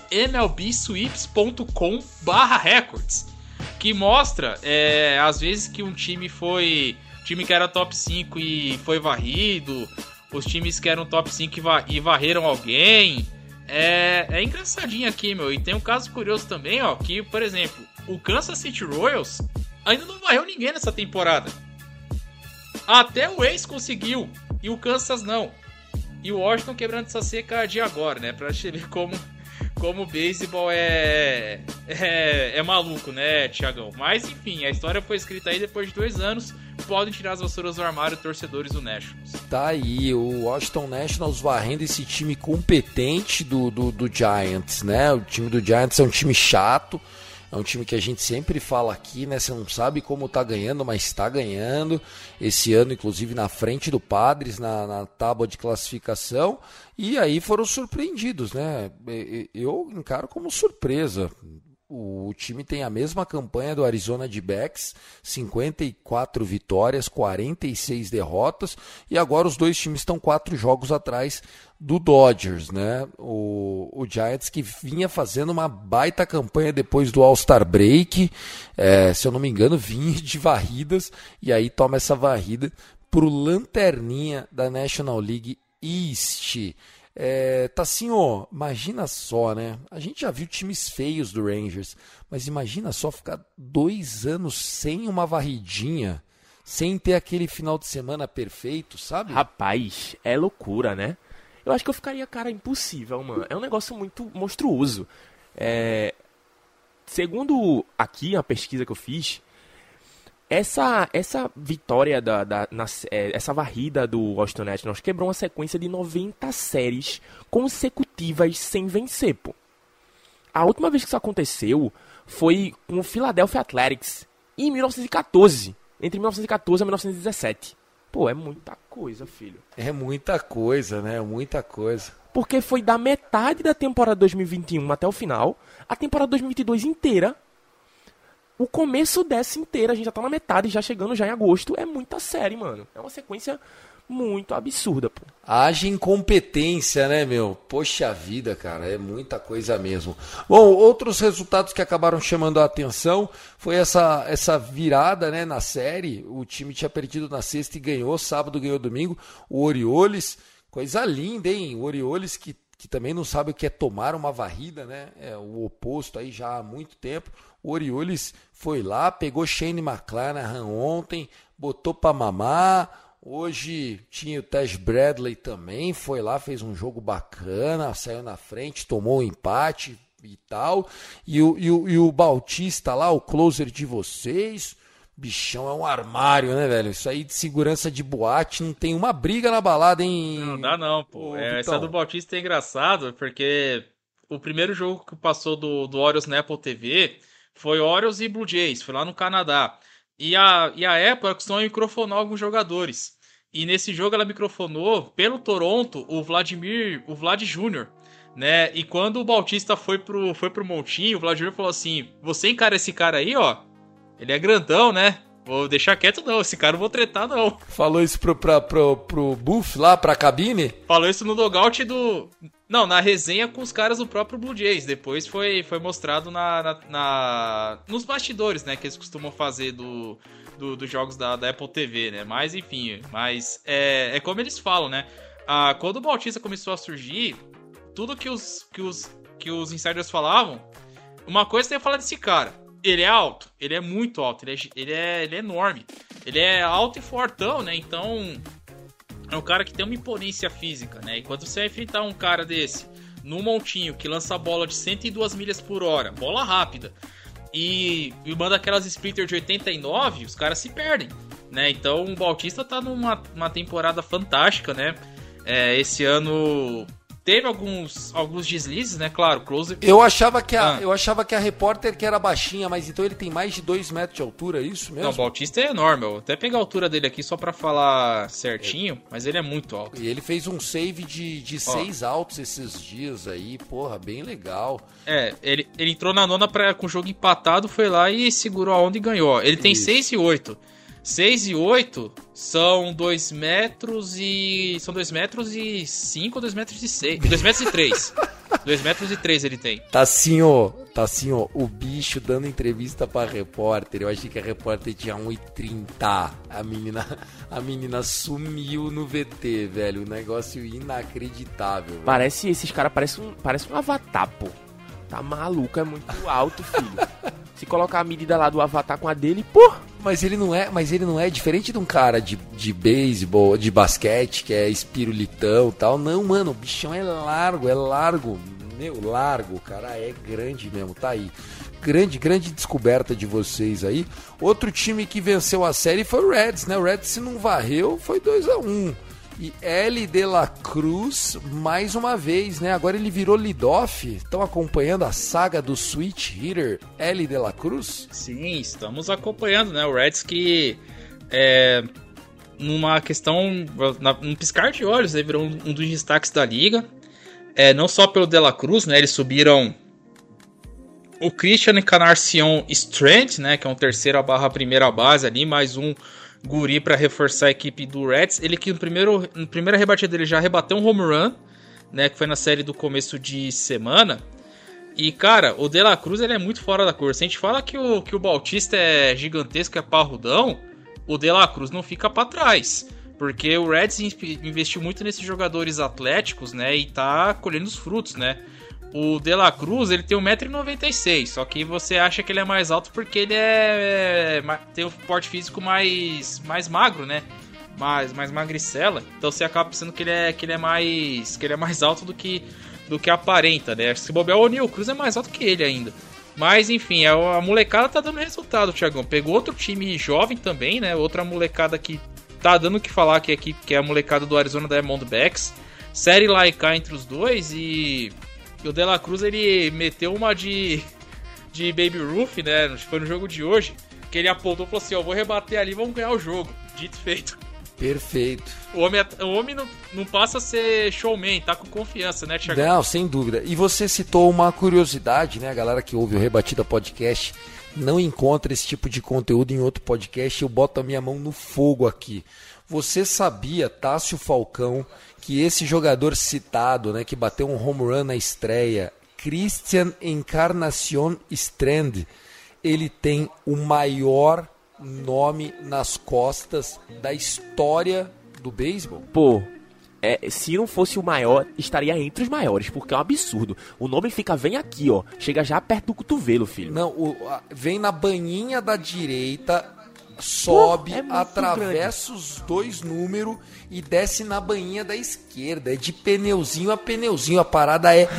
mlbsweeps.com/records, que mostra às vezes que um time que era top 5 e foi varrido, os times que eram top 5 e varreram alguém. É engraçadinho aqui, meu. E tem um caso curioso também, ó, que, por exemplo, o Kansas City Royals ainda não varreu ninguém nessa temporada. Até o Ace conseguiu, e o Kansas não. E o Washington quebrando essa seca de agora, né? Pra gente ver como o beisebol é maluco, né, Thiagão? Mas, enfim, a história foi escrita aí depois de 2 anos. Podem tirar as vassouras do armário torcedores do Nationals. Tá aí, o Washington Nationals varrendo esse time competente do Giants, né? O time do Giants é um time chato. É um time que a gente sempre fala aqui, né? Você não sabe como tá ganhando, mas tá ganhando. Esse ano, inclusive, na frente do Padres, na tábua de classificação. E aí foram surpreendidos, né? Eu encaro como surpresa. O time tem a mesma campanha do Arizona D-backs, 54 vitórias, 46 derrotas. E agora os dois times estão 4 jogos atrás do Dodgers, né? O Giants que vinha fazendo uma baita campanha depois do All-Star Break, se eu não me engano, vinha de varridas, e aí toma essa varrida pro lanterninha da National League East. Tassinho, imagina só, né? A gente já viu times feios do Rangers, mas imagina só ficar 2 anos sem uma varridinha, sem ter aquele final de semana perfeito, sabe? Rapaz, é loucura, né? Eu acho que eu ficaria, cara, impossível, mano. É um negócio muito monstruoso. Segundo aqui a pesquisa que eu fiz, essa vitória, essa varrida do Washington Nationals quebrou uma sequência de 90 séries consecutivas sem vencer, pô. A última vez que isso aconteceu foi com o Philadelphia Athletics em 1914, entre 1914 e 1917. Pô, é muita coisa, filho. É muita coisa, né? Muita coisa. Porque foi da metade da temporada 2021 até o final, a temporada 2022 inteira. O começo dessa inteira, a gente já tá na metade, já chegando já em agosto. É muita série, mano. É uma sequência muito absurda, pô. Haja incompetência, né, meu? Poxa vida, cara, é muita coisa mesmo. Bom, outros resultados que acabaram chamando a atenção foi essa virada, né, na série. O time tinha perdido na sexta e ganhou, sábado ganhou domingo. O Orioles, coisa linda, hein? O Orioles que também não sabe o que é tomar uma varrida, né? É o oposto aí já há muito tempo. O Orioles foi lá, pegou Shane McClanahan ontem, botou pra mamar. Hoje tinha o Taj Bradley também, foi lá, fez um jogo bacana, saiu na frente, tomou um empate e tal. E o Bautista lá, o closer de vocês, bichão, é um armário, né, velho? Isso aí de segurança de boate, não tem uma briga na balada, hein? Não dá não, pô. Essa do Bautista é engraçado, porque o primeiro jogo que passou do Orioles na Apple TV foi Orioles e Blue Jays, foi lá no Canadá. E a Apple costuma microfonar alguns jogadores. E nesse jogo ela microfonou pelo Toronto o Vlad Jr., né? E quando o Bautista foi pro montinho, o Vlad Jr. falou assim: você encara esse cara aí, ó, ele é grandão, né? Vou deixar quieto não, esse cara não vou tretar não. Falou isso pro Buff lá, pra cabine? Falou isso no dogout Não, na resenha com os caras do próprio Blue Jays. Depois foi mostrado nos bastidores, né? Que eles costumam fazer dos jogos da Apple TV, né? Mas, enfim, é como eles falam, né? Quando o Bautista começou a surgir, tudo que os insiders falavam, uma coisa tem que falar desse cara. Ele é alto, ele é muito alto, ele é enorme. Ele é alto e fortão, né? Então, é um cara que tem uma imponência física, né? E quando você vai enfrentar um cara desse, num montinho, que lança a bola de 102 milhas por hora, bola rápida, e manda aquelas splitters de 89, os caras se perdem, né? Então, o Bautista tá numa temporada fantástica, né? Esse ano teve alguns deslizes, né? Claro, closer. Eu achava que a repórter que era baixinha, mas então ele tem mais de 2 metros de altura, é isso mesmo? Não, o Bautista é enorme. Eu vou até pegar a altura dele aqui só pra falar certinho, mas ele é muito alto. E ele fez um save de 6 altos esses dias aí, porra, bem legal. Ele entrou na nona com o jogo empatado, foi lá e segurou a onda e ganhou. Ele tem 6 e 8. 6 e 8 são 2 metros e... São 2 metros e 5 ou 2 metros e 6? 2 metros e 3. 2 metros e 3 ele tem. Tá assim, ó, o bicho dando entrevista pra repórter. Eu achei que a repórter tinha 1,30. A menina sumiu no VT, velho. Um negócio inacreditável. Velho. Parece, esses caras parecem um avatar, pô. Tá maluco, é muito alto, filho. Se colocar a medida lá do avatar com a dele, pô. Mas ele não é diferente de um cara de beisebol, de basquete, que é espirulitão e tal. Não, mano, o bichão é largo. Meu, largo, cara, é grande mesmo, tá aí. Grande descoberta de vocês aí. Outro time que venceu a série foi o Reds, né? O Reds, se não varreu, foi 2-1. E L. de la Cruz, mais uma vez, né? Agora ele virou leadoff. Estão acompanhando a saga do switch hitter L. de la Cruz? Sim, estamos acompanhando, né? O Reds que, numa questão, num piscar de olhos, né? Virou um dos destaques da liga. Não só pelo de la Cruz, né? Eles subiram o Christian Encarnacion Strand, né? Que é um terceira barra primeira base ali, mais um guri para reforçar a equipe do Reds. Ele que no primeira rebatida dele já rebateu um home run, né, que foi na série do começo de semana. E cara, o De La Cruz ele é muito fora da curva. Se a gente fala que o Bautista é gigantesco, é parrudão, o De La Cruz não fica para trás, porque o Reds investiu muito nesses jogadores atléticos, né, e tá colhendo os frutos, né. O De La Cruz, ele tem 1,96 m, só que você acha que ele é mais alto porque ele tem um porte físico mais magro, né? Mais magricela. Então você acaba pensando que ele é mais alto do que aparenta, né? Se bobear, o O'Neal Cruz é mais alto que ele ainda. Mas enfim, a molecada tá dando resultado, Thiagão. Pegou outro time jovem também, né? Outra molecada que tá dando o que falar, que é a molecada do Arizona Diamondbacks. Série lá e cá entre os dois e o De La Cruz, ele meteu uma de Baby Ruth, né? Foi no jogo de hoje, que ele apontou e falou assim, ó, vou rebater ali, vamos ganhar o jogo. Dito e feito. Perfeito. O homem não passa a ser showman, tá com confiança, né, Thiago? Não, sem dúvida. E você citou uma curiosidade, né? A galera que ouve o Rebatida Podcast não encontra esse tipo de conteúdo em outro podcast. Eu boto a minha mão no fogo aqui. Você sabia, Tássio Falcão, que esse jogador citado, né, que bateu um home run na estreia, Christian Encarnacion Strand, ele tem o maior nome nas costas da história do beisebol? Pô, se não fosse o maior, estaria entre os maiores, porque é um absurdo. O nome vem aqui, ó, chega já perto do cotovelo, filho. Não, vem na bainha da direita, sobe, atravessa grande os dois números e desce na bainha da esquerda. É de pneuzinho a pneuzinho. A parada é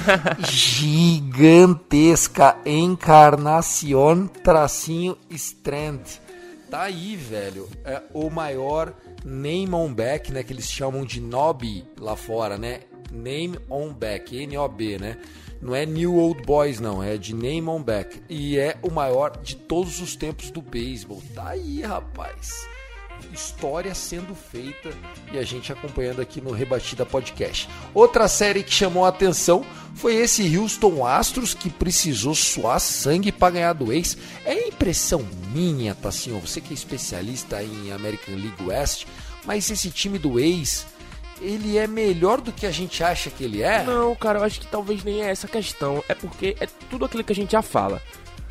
gigantesca. Encarnacion Strand. Tá aí, velho. É o maior name on back, né? Que eles chamam de NOB lá fora, né? Name on back, N-O-B, né? Não é New Old Boys, não. É de name on back. E é o maior de todos os tempos do beisebol. Tá aí, rapaz. História sendo feita e a gente acompanhando aqui no Rebatida Podcast. Outra série que chamou a atenção foi esse Houston Astros, que precisou suar sangue para ganhar do Ace. É impressão minha, Tassinho, você que é especialista em American League West, mas esse time do Ace, ele é melhor do que a gente acha que ele é? Não, cara, eu acho que talvez nem é essa questão. É porque é tudo aquilo que a gente já fala.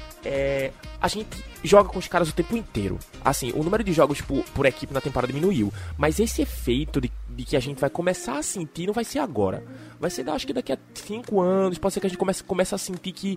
A gente joga com os caras o tempo inteiro. Assim, o número de jogos por equipe na temporada diminuiu, mas esse efeito de que a gente vai começar a sentir não vai ser agora. Vai ser, acho que daqui a 5 anos, pode ser que a gente comece a sentir que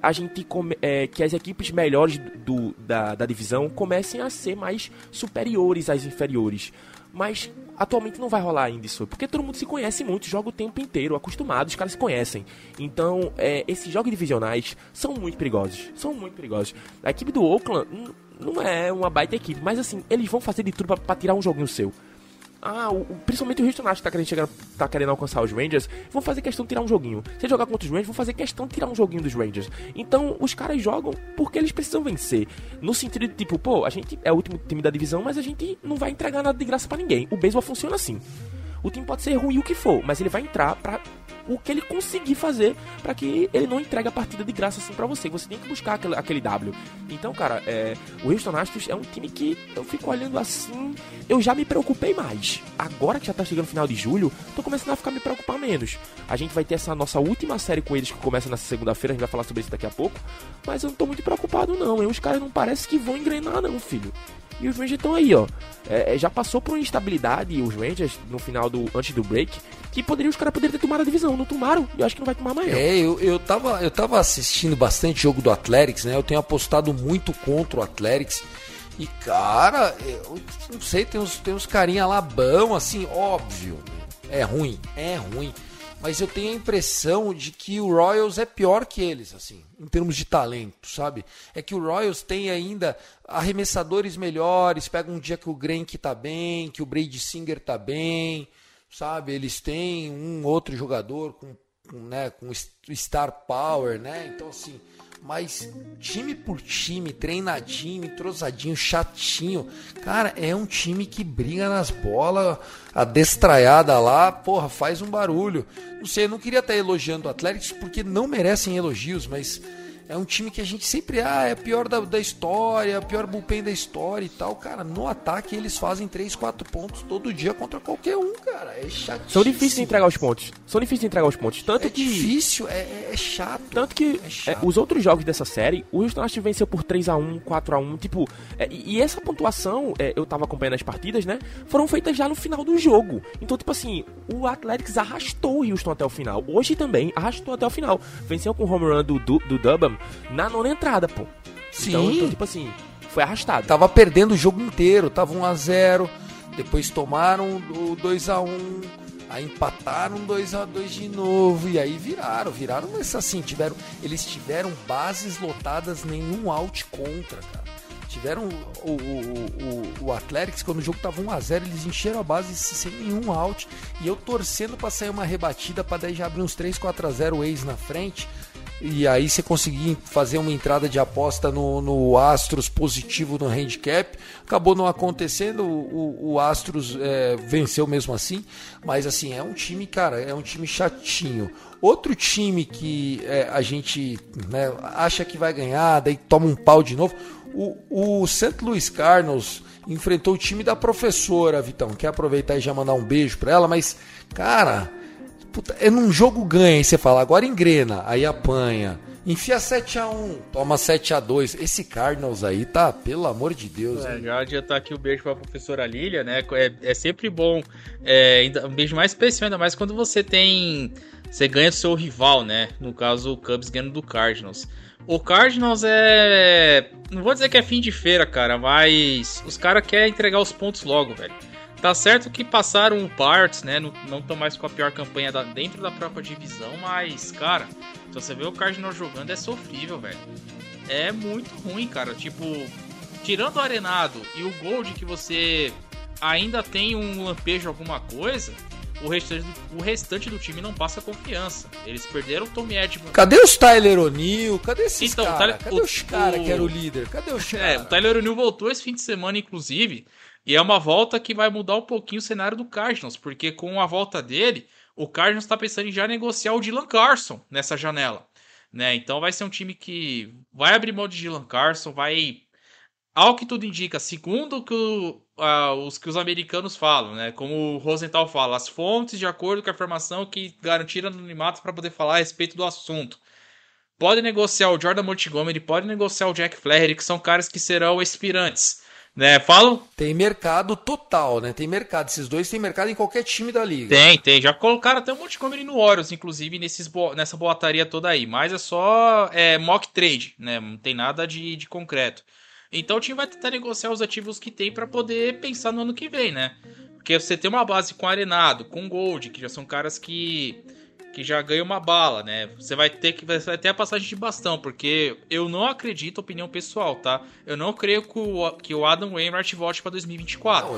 que as equipes melhores da divisão comecem a ser mais superiores às inferiores. Mas atualmente não vai rolar ainda isso, porque todo mundo se conhece muito, joga o tempo inteiro, acostumado, os caras se conhecem. Então, esses jogos divisionais são muito perigosos, A equipe do Oakland não é uma baita equipe, mas assim, eles vão fazer de tudo pra tirar um joguinho seu. Principalmente o Houston Astros tá querendo alcançar os Rangers, vão fazer questão de tirar um joguinho. Se jogar contra os Rangers, vão fazer questão de tirar um joguinho dos Rangers. Então, os caras jogam porque eles precisam vencer. No sentido de tipo, pô, a gente é o último time da divisão, mas a gente não vai entregar nada de graça pra ninguém. O beisebol funciona assim. O time pode ser ruim o que for, mas ele vai entrar pra o que ele conseguir fazer pra que ele não entregue a partida de graça assim pra você. Você tem que buscar aquele W. Então, cara, o Houston Astros é um time que eu fico olhando assim, eu já me preocupei mais. Agora que já tá chegando no final de julho, tô começando a me preocupar menos. A gente vai ter essa nossa última série com eles que começa nessa segunda-feira, a gente vai falar sobre isso daqui a pouco, mas eu não tô muito preocupado não, os caras não parecem que vão engrenar não, filho. E os Rangers estão aí, ó. Já passou por uma instabilidade os Rangers no final antes do break, que os caras poderiam ter tomado a divisão. Não tomaram, e eu acho que não vai tomar mais. Eu tava assistindo bastante jogo do Athletics, né? Eu tenho apostado muito contra o Athletics. E, cara, eu não sei, tem uns carinha lá bom, assim, óbvio. É ruim. Mas eu tenho a impressão de que o Royals é pior que eles, assim, em termos de talento, sabe? É que o Royals tem ainda arremessadores melhores, pega um dia que o Greinke tá bem, que o Brady Singer tá bem, sabe? Eles têm um outro jogador com star power, né? Então, assim, mas time por time, treinadinho, entrosadinho, chatinho, cara, é um time que briga nas bolas, a destraiada lá, porra, faz um barulho. Não sei, eu não queria estar elogiando o Athletics porque não merecem elogios, mas é um time que a gente sempre, é pior da história, pior bullpen da história e tal. Cara, no ataque eles fazem 3, 4 pontos todo dia contra qualquer um, cara. É chatíssimo. São difíceis de entregar os pontos. Tanto que difícil, é chato. Tanto que os outros jogos dessa série, o Houston Astros venceu por 3-1, 4-1, tipo... e essa pontuação, eu tava acompanhando as partidas, né? Foram feitas já no final do jogo. Então, tipo assim, o Athletics arrastou o Houston até o final. Hoje também arrastou até o final. Venceu com o home run do Dubham na nona entrada, pô. Sim. Então, tipo assim, foi arrastado. Tava perdendo o jogo inteiro, tava 1-0, depois tomaram o 2-1, aí empataram 2-2 de novo, e aí viraram, mas assim, eles tiveram bases lotadas, nenhum out contra, cara. Tiveram o Athletics, quando o jogo tava 1-0, eles encheram a base sem nenhum out, e eu torcendo pra sair uma rebatida, pra daí já abrir uns 3-4-0 ex na frente. E aí você conseguir fazer uma entrada de aposta no Astros positivo no handicap. Acabou não acontecendo, o Astros venceu mesmo assim. Mas assim, é um time, cara, é um time chatinho. Outro time que a gente acha que vai ganhar, daí toma um pau de novo. O St. Louis Cardinals enfrentou o time da professora, Vitão. Quer aproveitar e já mandar um beijo pra ela, mas, cara... É num jogo ganha, e você fala, agora engrena, aí apanha, enfia 7-1, toma 7-2. Esse Cardinals aí tá, pelo amor de Deus. Já adiantar aqui o beijo pra professora Lilia, né? É sempre bom, um beijo mais especial, ainda mais quando você ganha do seu rival, né? No caso, o Cubs ganhando do Cardinals. O Cardinals não vou dizer que é fim de feira, cara, mas os caras querem entregar os pontos logo, velho. Tá certo que passaram o Pirates, né? Não estão mais com a pior campanha dentro da própria divisão, mas, cara, se você vê o Cardinals jogando, é sofrível, velho. É muito ruim, cara. Tipo, tirando o Arenado e o Gold, que você ainda tem um lampejo, alguma coisa, o restante do time não passa confiança. Eles perderam o Tommy Edman. Cadê os Tyler O'Neill? Cadê esses caras? Cadê os caras que eram o líder? Cadê os caras? O Tyler O'Neill voltou esse fim de semana, inclusive. E é uma volta que vai mudar um pouquinho o cenário do Cardinals, porque com a volta dele, o Cardinals está pensando em já negociar o Dylan Carlson nessa janela, né? Então vai ser um time que vai abrir mão de Dylan Carlson, vai, ao que tudo indica, segundo que os americanos falam, né? Como o Rosenthal fala, as fontes de acordo com a informação que garantiram anonimato para poder falar a respeito do assunto. Pode negociar o Jordan Montgomery, pode negociar o Jack Flaherty, que são caras que serão expirantes. Né, Tem mercado total, né? Tem mercado. Esses dois tem mercado em qualquer time da liga. Tem. Já colocaram até um Montgomery no Orioles, inclusive, nessa boataria toda aí. Mas é só mock trade, né? Não tem nada de concreto. Então o time vai tentar negociar os ativos que tem para poder pensar no ano que vem, né? Porque você tem uma base com Arenado, com Gold, que já são caras que já ganham uma bala, né? Você vai ter a passagem de bastão, porque eu não acredito, opinião pessoal, tá? Eu não creio que o Adam Wainwright volte pra 2024.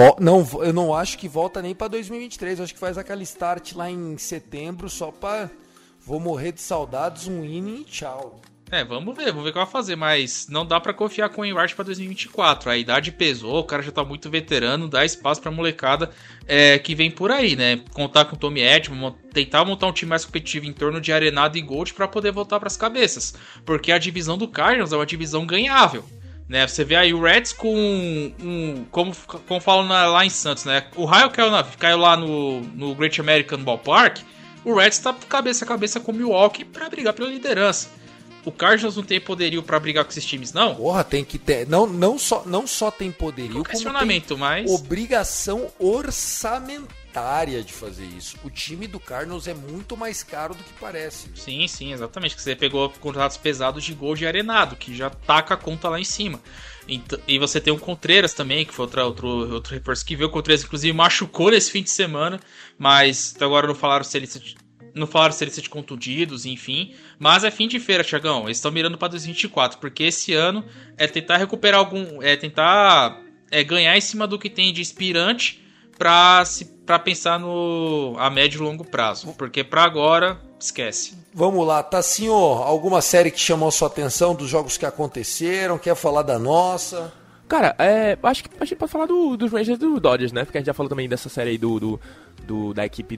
Eu não acho que volta nem pra 2023. Eu acho que faz aquela start lá em setembro só pra... Vou morrer de saudades, um inning e tchau. Vamos ver o que vai fazer, mas não dá pra confiar com o Wainwright pra 2024. A idade pesou, o cara já tá muito veterano, dá espaço pra molecada que vem por aí, né? Contar com o Tommy Edman, tentar montar um time mais competitivo em torno de Arenado e Gold pra poder voltar pras cabeças. Porque a divisão do Cardinals é uma divisão ganhável, né? Você vê aí o Reds com como falam lá em Santos, né? O raio caiu lá no Great American Ballpark, o Reds tá cabeça a cabeça com o Milwaukee pra brigar pela liderança. O Cardinals não tem poderio pra brigar com esses times, não? Porra, tem que ter. Não só tem poderio, questionamento, como tem obrigação orçamentária de fazer isso. O time do Cardinals é muito mais caro do que parece. Sim, exatamente. Que você pegou contratos pesados de Gold e Arenado, que já taca a conta lá em cima. E você tem o Contreras também, que foi outro reforço que veio. O Contreras, inclusive, machucou nesse fim de semana, mas até agora não falaram se ele se de contundidos, enfim. Mas é fim de feira, Thiagão. Eles estão mirando para 2024, porque esse ano é tentar recuperar tentar ganhar em cima do que tem de inspirante para pensar a médio e longo prazo. Porque para agora, esquece. Vamos lá, Tassinho, alguma série que chamou sua atenção dos jogos que aconteceram? Quer falar da nossa? Cara, acho que a gente pode falar dos Rangers e do Dodgers, né? Porque a gente já falou também dessa série aí da equipe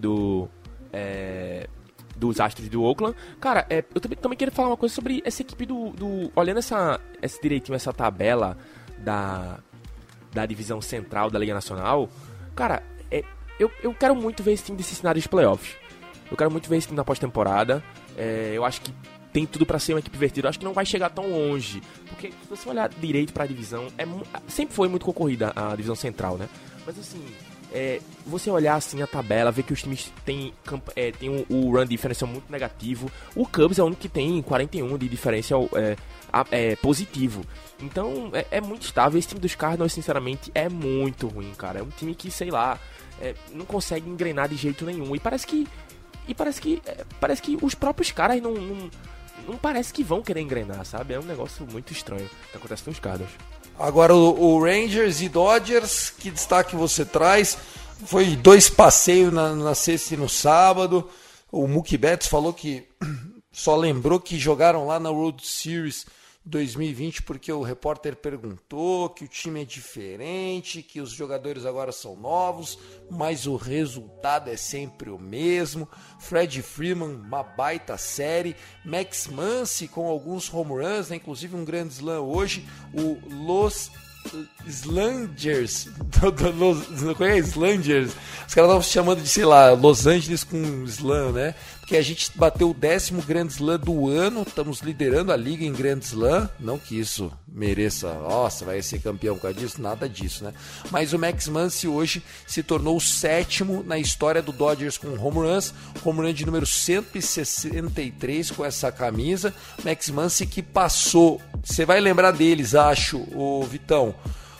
dos Astros do Oakland. Cara, eu também queria falar uma coisa sobre essa equipe olhando esse direitinho, essa tabela da divisão central da Liga Nacional. Cara, eu quero muito ver esse time desse cenário de playoffs. Eu quero muito ver esse time na pós-temporada. Eu acho que tem tudo pra ser uma equipe divertida. Eu acho que não vai chegar tão longe, porque se você olhar direito pra divisão, sempre foi muito concorrida a divisão central, né? Mas assim, você olhar assim a tabela, ver que os times têm o run differential muito negativo. O Cubs é o único que tem 41 de diferencial positivo. Então é muito estável. Esse time dos Cardinals, sinceramente, é muito ruim, cara. É um time que, sei lá, não consegue engrenar de jeito nenhum. E parece que os próprios caras não parece que vão querer engrenar, sabe? É um negócio muito estranho que acontece com os Cardinals. Agora o Rangers e Dodgers, que destaque você traz? Foi 2 passeios na sexta e no sábado. O Mookie Betts falou que só lembrou que jogaram lá na World Series 2020 porque o repórter perguntou que o time é diferente, que os jogadores agora são novos, mas o resultado é sempre o mesmo. Freddie Freeman, uma baita série. Max Muncy com alguns home runs, né? Inclusive um grande slam hoje. O Los Slangers, Slangers, os caras estavam chamando de, sei lá, Los Angeles com slam, né? Porque a gente bateu o 10º Grand Slam do ano, estamos liderando a liga em Grand Slam, não que isso mereça, nossa, vai ser campeão por causa disso, nada disso, né? Mas o Max Muncy hoje se tornou o 7º na história do Dodgers com home runs, home run de número 163 com essa camisa. Max Muncy que passou, você vai lembrar deles, acho, o Vitão,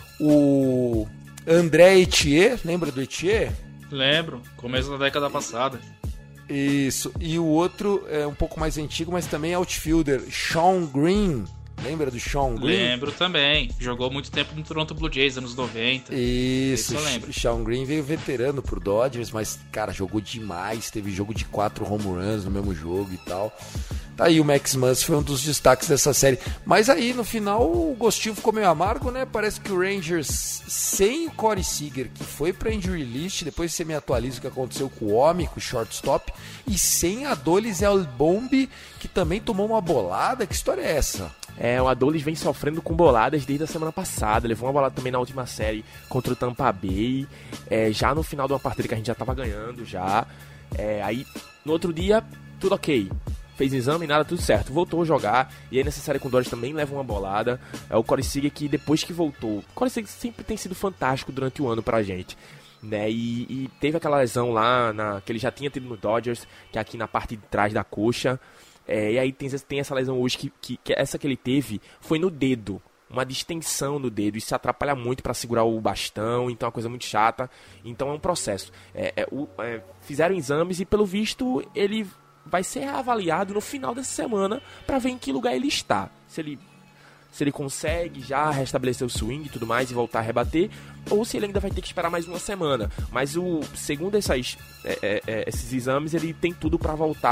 o André Etier, lembra do Etier? Lembro, começo da década passada. Isso, e o outro é um pouco mais antigo, mas também é outfielder, Shawn Green. Lembra do Shawn Green? Lembro também. Jogou muito tempo no Toronto Blue Jays, anos 90. Isso, eu lembro. Shawn Green veio veterano pro Dodgers, mas, cara, jogou demais. Teve jogo de 4 home runs no mesmo jogo e tal. Tá aí, o Max Muncy foi um dos destaques dessa série. Mas aí, no final, o gostinho ficou meio amargo, né? Parece que o Rangers, sem o Corey Seager, que foi pra injury list, depois você me atualiza o que aconteceu com o homem, com o shortstop, e sem a Adolis Albombi, que também tomou uma bolada. Que história é essa? O Adolis vem sofrendo com boladas desde a semana passada. Levou uma bolada também na última série contra o Tampa Bay. Já no final de uma partida que a gente já tava ganhando já. Aí, no outro dia, tudo ok. Fez exame, nada, tudo certo. Voltou a jogar. E aí nessa série com o Dodgers também leva uma bolada. O Corey Seager que depois que voltou... O Corey Seager sempre tem sido fantástico durante o ano pra gente, né? E teve aquela lesão lá que ele já tinha tido no Dodgers, que é aqui na parte de trás da coxa. E aí tem essa lesão hoje que essa que ele teve foi no dedo, uma distensão no dedo. Isso atrapalha muito para segurar o bastão, então é uma coisa muito chata. Então é um processo. Fizeram exames e pelo visto ele vai ser avaliado no final dessa semana para ver em que lugar ele está. Se ele consegue já restabelecer o swing e tudo mais e voltar a rebater, ou se ele ainda vai ter que esperar mais uma semana. Mas segundo esses exames, ele tem tudo para voltar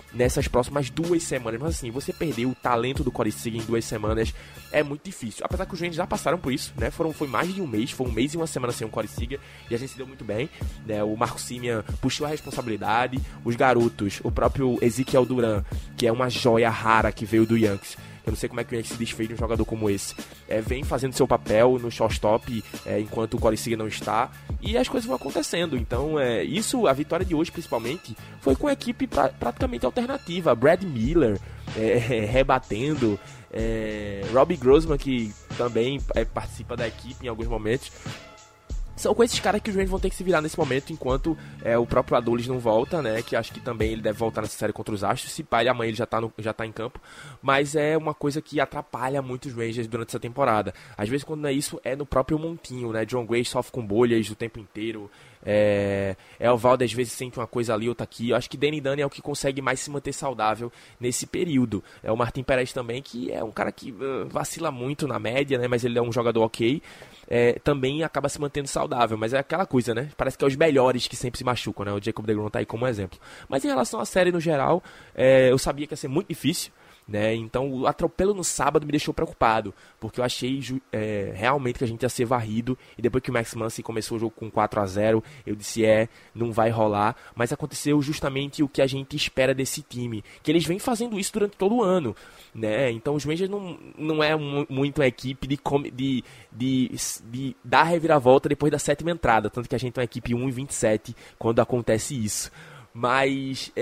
nessas próximas 2 semanas. Mas assim, você perder o talento do Corey Seager em 2 semanas é muito difícil. Apesar que os Rangers já passaram por isso, né? Foi mais de um mês, foi 1 mês e 1 semana sem o Corey Seager, e a gente se deu muito bem, né? O Marcus Semien puxou a responsabilidade, os garotos, o próprio Ezequiel Duran, que é uma joia rara que veio do Yankees. Eu não sei como é que o Yankees se desfez de um jogador como esse. Vem fazendo seu papel no shortstop enquanto o Corey Seager não está, e as coisas vão acontecendo. Então, isso, a vitória de hoje principalmente, foi com a equipe praticamente alternativa. Brad Miller rebatendo, Robbie Grossman, que também participa da equipe em alguns momentos. São com esses caras que os Rangers vão ter que se virar nesse momento, enquanto o próprio Adolis não volta, né? Que acho que também ele deve voltar nessa série contra os Astros. Se pá, amanhã ele já tá em campo. Mas é uma coisa que atrapalha muito os Rangers durante essa temporada. Às vezes, quando não é isso, é no próprio montinho, né? John Gray sofre com bolhas o tempo inteiro. O Valde às vezes sente uma coisa ali, outra aqui. Eu acho que Danny Dunn é o que consegue mais se manter saudável nesse período. O Martin Perez também, que é um cara que vacila muito na média, né? Mas ele é um jogador ok. Também acaba se mantendo saudável, mas é aquela coisa, né? Parece que é os melhores que sempre se machucam, né? O Jacob deGrom tá aí como exemplo. Mas em relação à série no geral, eu sabia que ia ser muito difícil, né? Então o atropelo no sábado me deixou preocupado, porque eu achei realmente que a gente ia ser varrido, e depois que o Max Muncy começou o jogo com 4-0, eu disse, não vai rolar, mas aconteceu justamente o que a gente espera desse time, que eles vêm fazendo isso durante todo o ano, né? Então os Rangers não é muito uma equipe de dar reviravolta depois da 7ª entrada, tanto que a gente é uma equipe 1-27 quando acontece isso, mas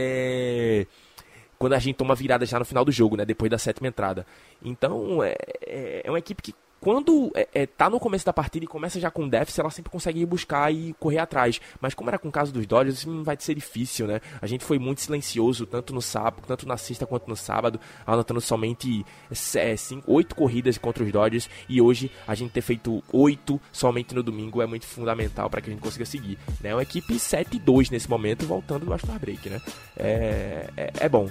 quando a gente toma virada já no final do jogo, né, depois da 7ª entrada. Então, é uma equipe que, quando tá no começo da partida e começa já com déficit, ela sempre consegue ir buscar e correr atrás. Mas como era com o caso dos Dodgers, isso vai ser difícil, né? A gente foi muito silencioso, tanto no sábado, tanto na sexta quanto no sábado, anotando somente 8 corridas contra os Dodgers, e hoje a gente ter feito 8 somente no domingo é muito fundamental para que a gente consiga seguir, né? É uma equipe 7-2 nesse momento, voltando do All-Star Break, né? É bom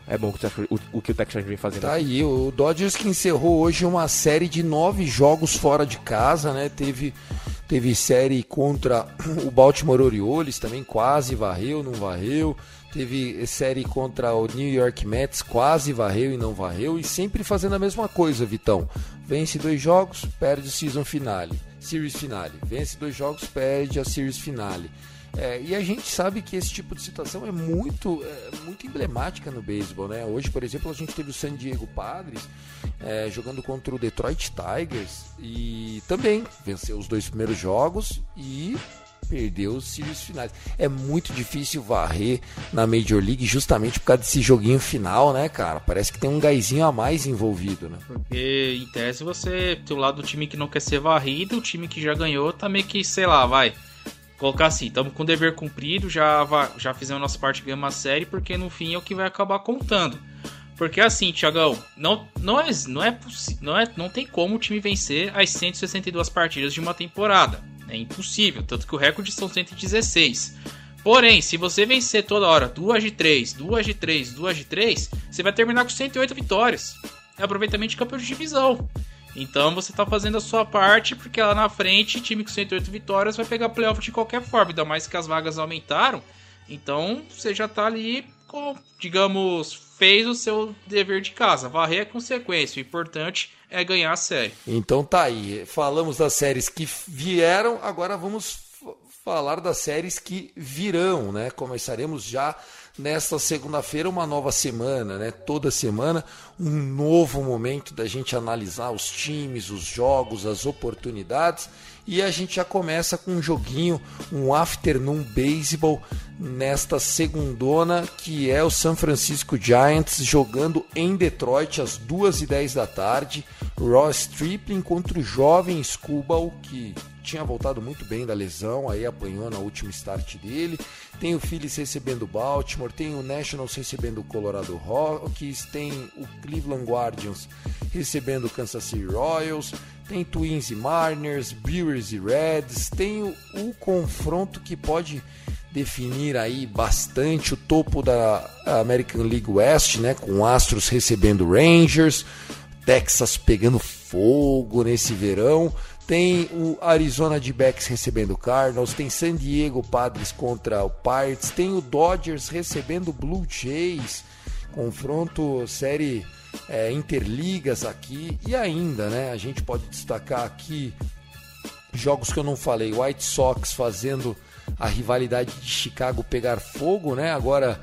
o que o Texas vem fazendo. Tá aí, o Dodgers que encerrou hoje uma série de 9 jogos fora de casa, né? Teve série contra o Baltimore Orioles, também quase varreu, não varreu. Teve série contra o New York Mets, quase varreu e não varreu. E sempre fazendo a mesma coisa, Vitão. Vence 2 jogos, perde o series finale. Vence 2 jogos, perde a series finale. E a gente sabe que esse tipo de situação é muito emblemática no beisebol, né? Hoje, por exemplo, a gente teve o San Diego Padres jogando contra o Detroit Tigers e também venceu os 2 primeiros jogos e perdeu os series finais. É muito difícil varrer na Major League justamente por causa desse joguinho final, né, cara? Parece que tem um gásinho a mais envolvido, né? Porque, em tese, você tem o lado do time que não quer ser varrido, o time que já ganhou tá meio que, sei lá, vai... Colocar assim, estamos com o dever cumprido, já fizemos a nossa parte, ganhamos a série, porque no fim é o que vai acabar contando. Porque assim, Thiagão, não tem como o time vencer as 162 partidas de uma temporada. É impossível, tanto que o recorde são 116. Porém, se você vencer toda hora 2 de 3, você vai terminar com 108 vitórias. É aproveitamento de campeão de divisão. Então você tá fazendo a sua parte, porque lá na frente, time com 108 vitórias vai pegar playoff de qualquer forma, ainda mais que as vagas aumentaram. Então você já tá ali, digamos, fez o seu dever de casa. Varrer é consequência, o importante é ganhar a série. Então tá aí, falamos das séries que vieram, agora vamos falar das séries que virão, né? Começaremos já nesta segunda-feira uma nova semana, né? Toda semana um novo momento da gente analisar os times, os jogos, as oportunidades, e a gente já começa com um joguinho, um afternoon baseball nesta segundona, que é o San Francisco Giants jogando em Detroit às 2h10 da tarde. Ross Stripling contra o jovem Skubal, que tinha voltado muito bem da lesão, aí apanhou na última start dele. Tem o Phillies recebendo o Baltimore, tem o Nationals recebendo o Colorado Rockies, tem o Cleveland Guardians recebendo o Kansas City Royals, tem Twins e Mariners, Brewers e Reds, tem o confronto que pode definir aí bastante o topo da American League West, né, com Astros recebendo Rangers, Texas pegando fogo nesse verão. Tem o Arizona D-backs recebendo o Cardinals, tem San Diego Padres contra o Pirates, tem o Dodgers recebendo o Blue Jays, Confronto, série interligas aqui. E ainda, né, a gente pode destacar aqui jogos que eu não falei. White Sox fazendo a rivalidade de Chicago pegar fogo, né? Agora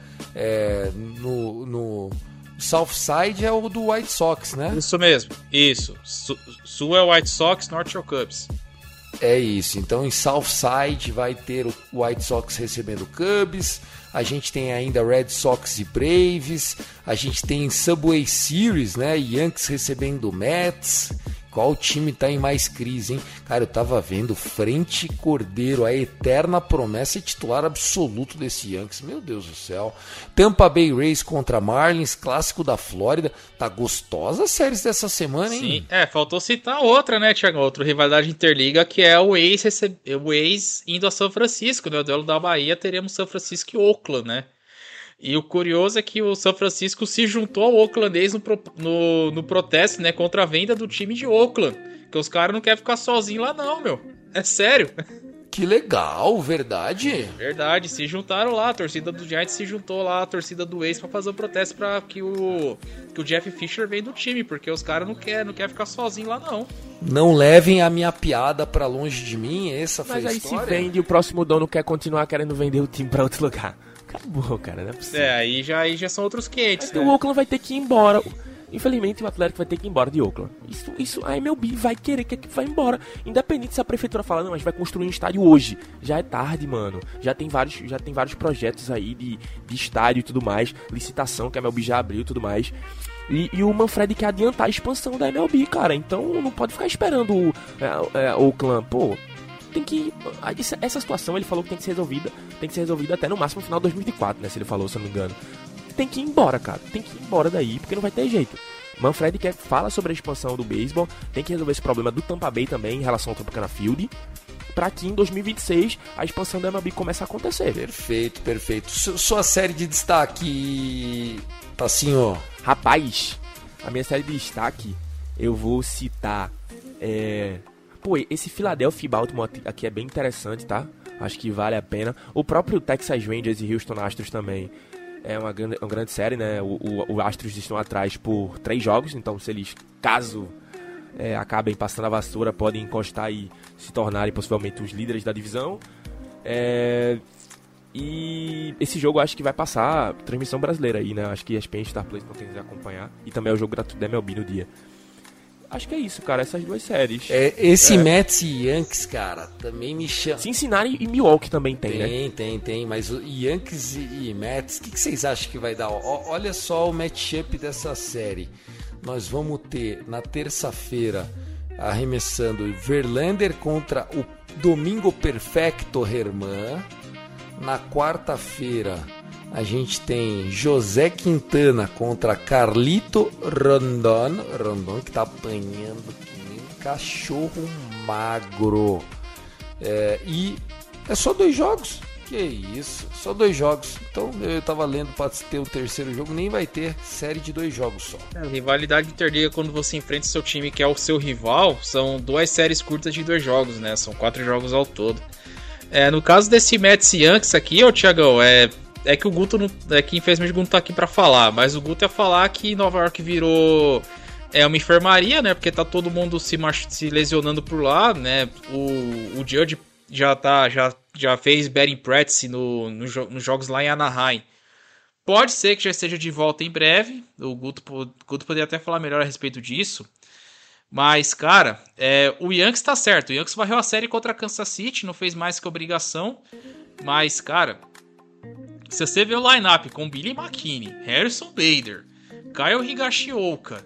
no Southside é o do White Sox, né? Isso mesmo, isso. Sul é o White Sox, Norte é o Cubs. É isso, então em Southside vai ter o White Sox recebendo o Cubs, a gente tem ainda Red Sox e Braves, a gente tem Subway Series, né? Yankees recebendo o Mets. Qual time tá em mais crise, hein? Cara, eu tava vendo Frente Cordeiro, a eterna promessa e titular absoluto desse Yankees. Meu Deus do céu. Tampa Bay Rays contra Marlins, clássico da Flórida. Tá gostosa as séries dessa semana, hein? Sim, faltou citar outra, né, Thiago? Outra rivalidade interliga, que é o A's indo a São Francisco, né? O duelo da Bahia, teremos São Francisco e Oakland, né? E o curioso é que o São Francisco se juntou ao oaklandês no protesto, né, contra a venda do time de Oakland. Que os caras não querem ficar sozinhos lá não, meu. É sério. Que legal, verdade? Verdade, se juntaram lá. A torcida do Giants se juntou lá, a torcida do Ace, pra fazer o protesto pra que o Jeff Fisher venha do time. Porque os caras não querem ficar sozinhos lá não. Não levem a minha piada pra longe de mim, essa foi a história. Mas aí se vende e o próximo dono quer continuar querendo vender o time pra outro lugar. Acabou, cara, não é possível. Aí já são outros 500, né? O Oakland vai ter que ir embora. Infelizmente, o Atlético vai ter que ir embora de Oakland. Isso a MLB vai querer que vá embora. Independente se a prefeitura falar, não, a gente vai construir um estádio hoje. Já é tarde, mano. Já tem vários projetos aí de estádio e tudo mais. Licitação que a MLB já abriu e tudo mais. E o Manfred quer adiantar a expansão da MLB, cara. Então não pode ficar esperando o Oakland, pô. Tem que... Essa situação ele falou que tem que ser resolvida até no máximo no final de 2024, né? Se ele falou, se eu não me engano. Tem que ir embora, cara. Tem que ir embora daí, porque não vai ter jeito. Manfred fala sobre a expansão do beisebol, tem que resolver esse problema do Tampa Bay também em relação ao Tropicana Field, para que em 2026 a expansão da MLB comece a acontecer. Perfeito. Sua série de destaque, Tassinho? Rapaz, a minha série de destaque, eu vou citar... esse Philadelphia e Baltimore aqui é bem interessante, tá? Acho que vale a pena. O próprio Texas Rangers e Houston Astros também é uma grande série, né? O Astros estão atrás por 3 jogos, então se eles, caso acabem passando a vassoura, podem encostar e se tornarem possivelmente os líderes da divisão. E esse jogo acho que vai passar transmissão brasileira aí, né? Acho que a ESPN Star Plus não tem que acompanhar. E também é o jogo gratuito da MLB no dia. Acho que é isso, cara, essas 2 séries. Esse Mets e Yankees, cara, também me chama. Cincinnati e Milwaukee também tem, né? Tem, mas o Yankees e Mets, o que vocês acham que vai dar? Olha só o matchup dessa série. Nós vamos ter, na terça-feira, arremessando Verlander contra o Domingo Perfecto Germán. Na quarta-feira, a gente tem José Quintana contra Carlito Rondon que tá apanhando que nem um cachorro magro. E é só 2 jogos. Que isso, só 2 jogos. Então eu tava lendo para ter o terceiro jogo, nem vai ter série de 2 jogos só. Rivalidade interliga quando você enfrenta seu time que é o seu rival, são 2 séries curtas de 2 jogos, né? São 4 jogos ao todo. No caso desse Mets e Yankees aqui, Thiagão, é que o Guto não, que infelizmente o Guto não tá aqui pra falar, mas o Guto ia falar que Nova York virou uma enfermaria, né? Porque tá todo mundo se lesionando por lá, né? O Judge já fez batting practice nos jogos lá em Anaheim. Pode ser que já esteja de volta em breve. O Guto poderia até falar melhor a respeito disso. Mas, cara, o Yankees tá certo. O Yankees varreu a série contra a Kansas City, não fez mais que obrigação. Mas, cara, se você vê o line-up com Billy McKinney, Harrison Bader, Kyle Higashioka,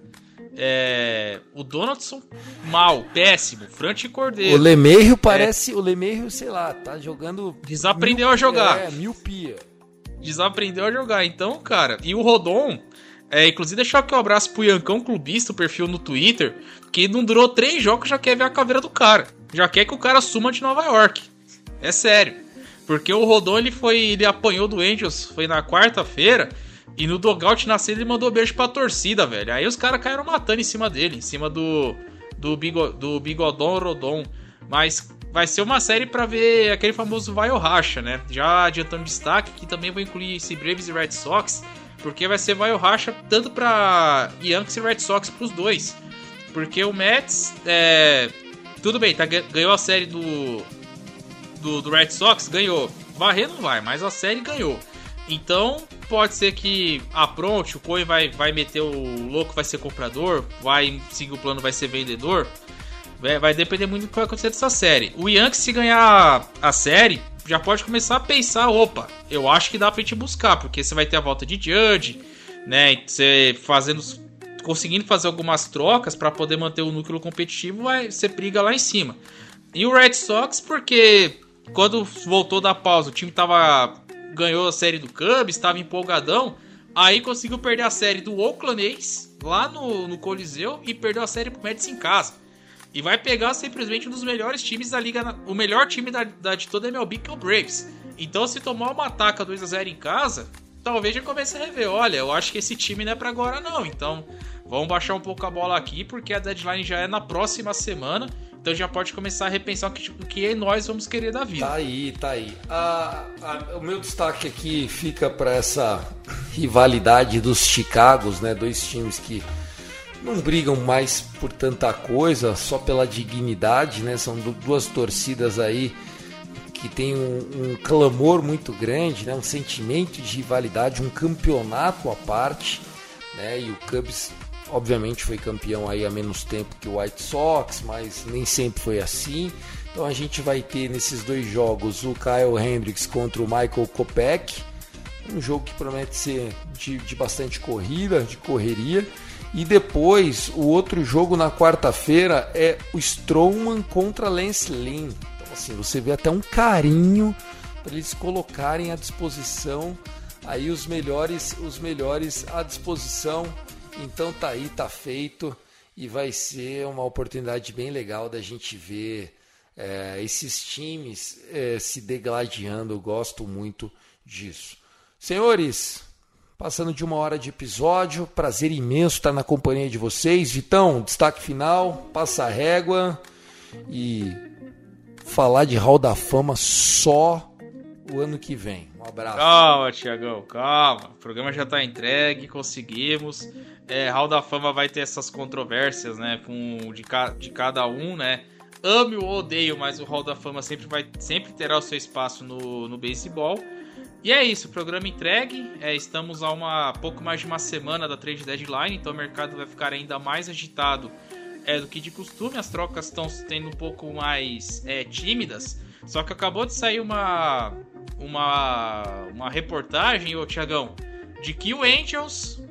o Donaldson mal, péssimo, Franchi Cordeiro. O LeMahieu parece... O LeMahieu, sei lá, tá jogando... Desaprendeu a jogar. Miopia. Desaprendeu a jogar. Então, cara... E o Rodon... inclusive deixar aqui um abraço pro Iancão Clubista, o perfil no Twitter, que não durou 3 jogos, já quer ver a caveira do cara. Já quer que o cara suma de Nova York. É sério. Porque o Rodon, ele apanhou do Angels, foi na quarta-feira, e no dugout na cena ele mandou beijo pra torcida, velho. Aí os caras caíram matando em cima dele, em cima do Bigodon Rodon. Mas vai ser uma série pra ver aquele famoso vai ou racha, né? Já adiantando destaque, que também vai incluir esse Braves e Red Sox. porque vai ser vai o racha tanto pra Yankees e Red Sox pros dois. Porque o Mets, tudo bem, ganhou a série do Red Sox, ganhou. Varrer não vai, mas a série ganhou. Então, pode ser que apronte, o Cohen vai meter o louco, vai ser comprador, vai seguir o plano, vai ser vendedor. Vai depender muito do que vai acontecer dessa série. O Yankees, se ganhar a série, já pode começar a pensar, opa, eu acho que dá pra gente buscar, porque você vai ter a volta de Judge, né, você conseguindo fazer algumas trocas para poder manter o núcleo competitivo, você briga lá em cima. E o Red Sox, porque quando voltou da pausa, o time ganhou a série do Cubs, estava empolgadão, aí conseguiu perder a série do Oakland A's lá no Coliseu e perdeu a série pro Mets em casa. E vai pegar simplesmente um dos melhores times da liga, o melhor time de toda a MLB, que é o Braves. Então, se tomar uma ataca 2-0 em casa, talvez já comece a rever. Olha, eu acho que esse time não é pra agora não. Então, vamos baixar um pouco a bola aqui, porque a deadline já é na próxima semana. Então já pode começar a repensar o que nós vamos querer da vida. Tá aí. O meu destaque aqui fica para essa rivalidade dos Chicagos, né? Dois times que não brigam mais por tanta coisa, só pela dignidade, né? São duas torcidas aí que tem um clamor muito grande, né? Um sentimento de rivalidade, um campeonato à parte, né? E o Cubs, obviamente, foi campeão aí há menos tempo que o White Sox, mas nem sempre foi assim. Então a gente vai ter nesses dois jogos o Kyle Hendricks contra o Michael Kopech, um jogo que promete ser de bastante corrida, de correria. E depois, o outro jogo na quarta-feira é o Stroman contra Lance Lynn. Então, assim, você vê até um carinho para eles colocarem à disposição aí os melhores à disposição. Então tá aí, tá feito, e vai ser uma oportunidade bem legal da gente ver esses times se degladiando. Eu gosto muito disso. Senhores, passando de 1 hora de episódio, prazer imenso estar na companhia de vocês. Vitão, destaque final, passa a régua e falar de Hall da Fama só o ano que vem. Um abraço. Calma, Thiagão, calma. O programa já está entregue, conseguimos. Hall da Fama vai ter essas controvérsias, né, de cada um, né. Ame ou odeio, mas o Hall da Fama sempre terá o seu espaço no beisebol. E é isso, o programa entregue. Estamos a pouco mais de uma semana da trade deadline, então o mercado vai ficar ainda mais agitado do que de costume. As trocas estão sendo um pouco mais tímidas. Só que acabou de sair uma reportagem, ô Thiagão, de que o Angels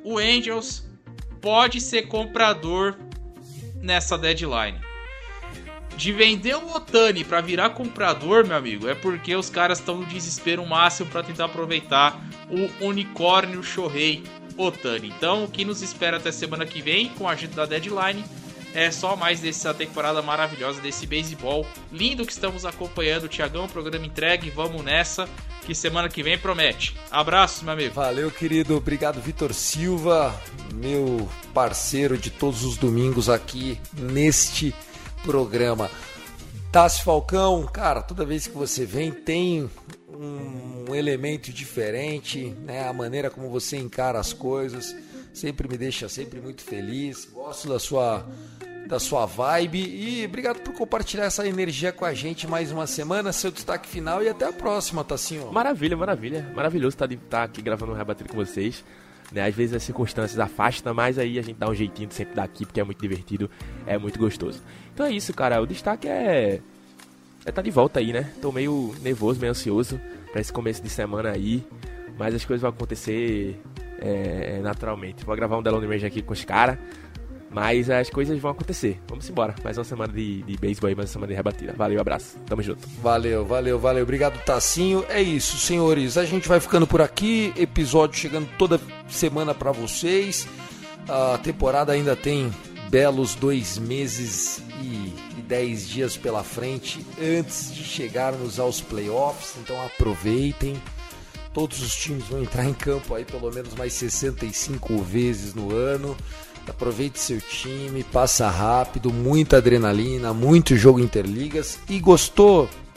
pode ser comprador nessa deadline. De vender o Ohtani para virar comprador, meu amigo, é porque os caras estão no desespero máximo para tentar aproveitar o unicórnio Shohei Ohtani. Então, o que nos espera até semana que vem, com a agenda da deadline, é só mais dessa temporada maravilhosa, desse beisebol lindo que estamos acompanhando. Thiagão, programa entregue, vamos nessa, que semana que vem promete. Abraço, meu amigo. Valeu, querido. Obrigado, Vitor Silva, meu parceiro de todos os domingos aqui neste programa. Tassi Falcão, cara, toda vez que você vem tem um elemento diferente, né? A maneira como você encara as coisas sempre me deixa muito feliz. Gosto da sua vibe e obrigado por compartilhar essa energia com a gente mais uma semana. Seu destaque final e até a próxima, Tassinho. Maravilha. Maravilhoso estar aqui gravando um Rebatido com vocês. Né? Às vezes as circunstâncias afastam, mas aí a gente dá um jeitinho de sempre dar aqui, porque é muito divertido, é muito gostoso. Então é isso, cara. O destaque é tá de volta aí, né? Tô meio nervoso, meio ansioso pra esse começo de semana aí, mas as coisas vão acontecer naturalmente. Vou gravar um Delone Range aqui com os caras, mas as coisas vão acontecer. Vamos embora. Mais uma semana de beisebol aí, mais uma semana de rebatida. Valeu, abraço. Tamo junto. Valeu. Obrigado, Tassinho. É isso, senhores. A gente vai ficando por aqui. Episódio chegando toda semana pra vocês. A temporada ainda tem belos 2 meses e 10 dias pela frente antes de chegarmos aos playoffs. Então aproveitem. Todos os times vão entrar em campo aí pelo menos mais 65 vezes no ano. Aproveite seu time, passa rápido, muita adrenalina, muito jogo interligas. E gostou?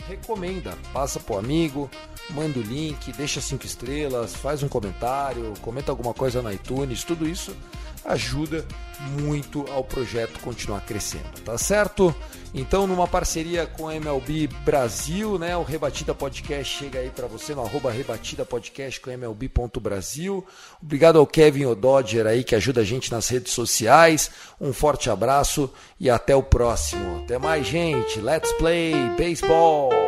recomenda, passa pro amigo, manda o link, deixa 5 estrelas, faz um comentário, comenta alguma coisa no iTunes, tudo isso ajuda muito ao projeto continuar crescendo, tá certo? Então, numa parceria com a MLB Brasil, né, o Rebatida Podcast chega aí para você no @Rebatida Podcast com MLB.Brasil. Obrigado ao Kevin O'Dodger aí que ajuda a gente nas redes sociais. Um forte abraço e até o próximo. Até mais, gente. Let's play baseball!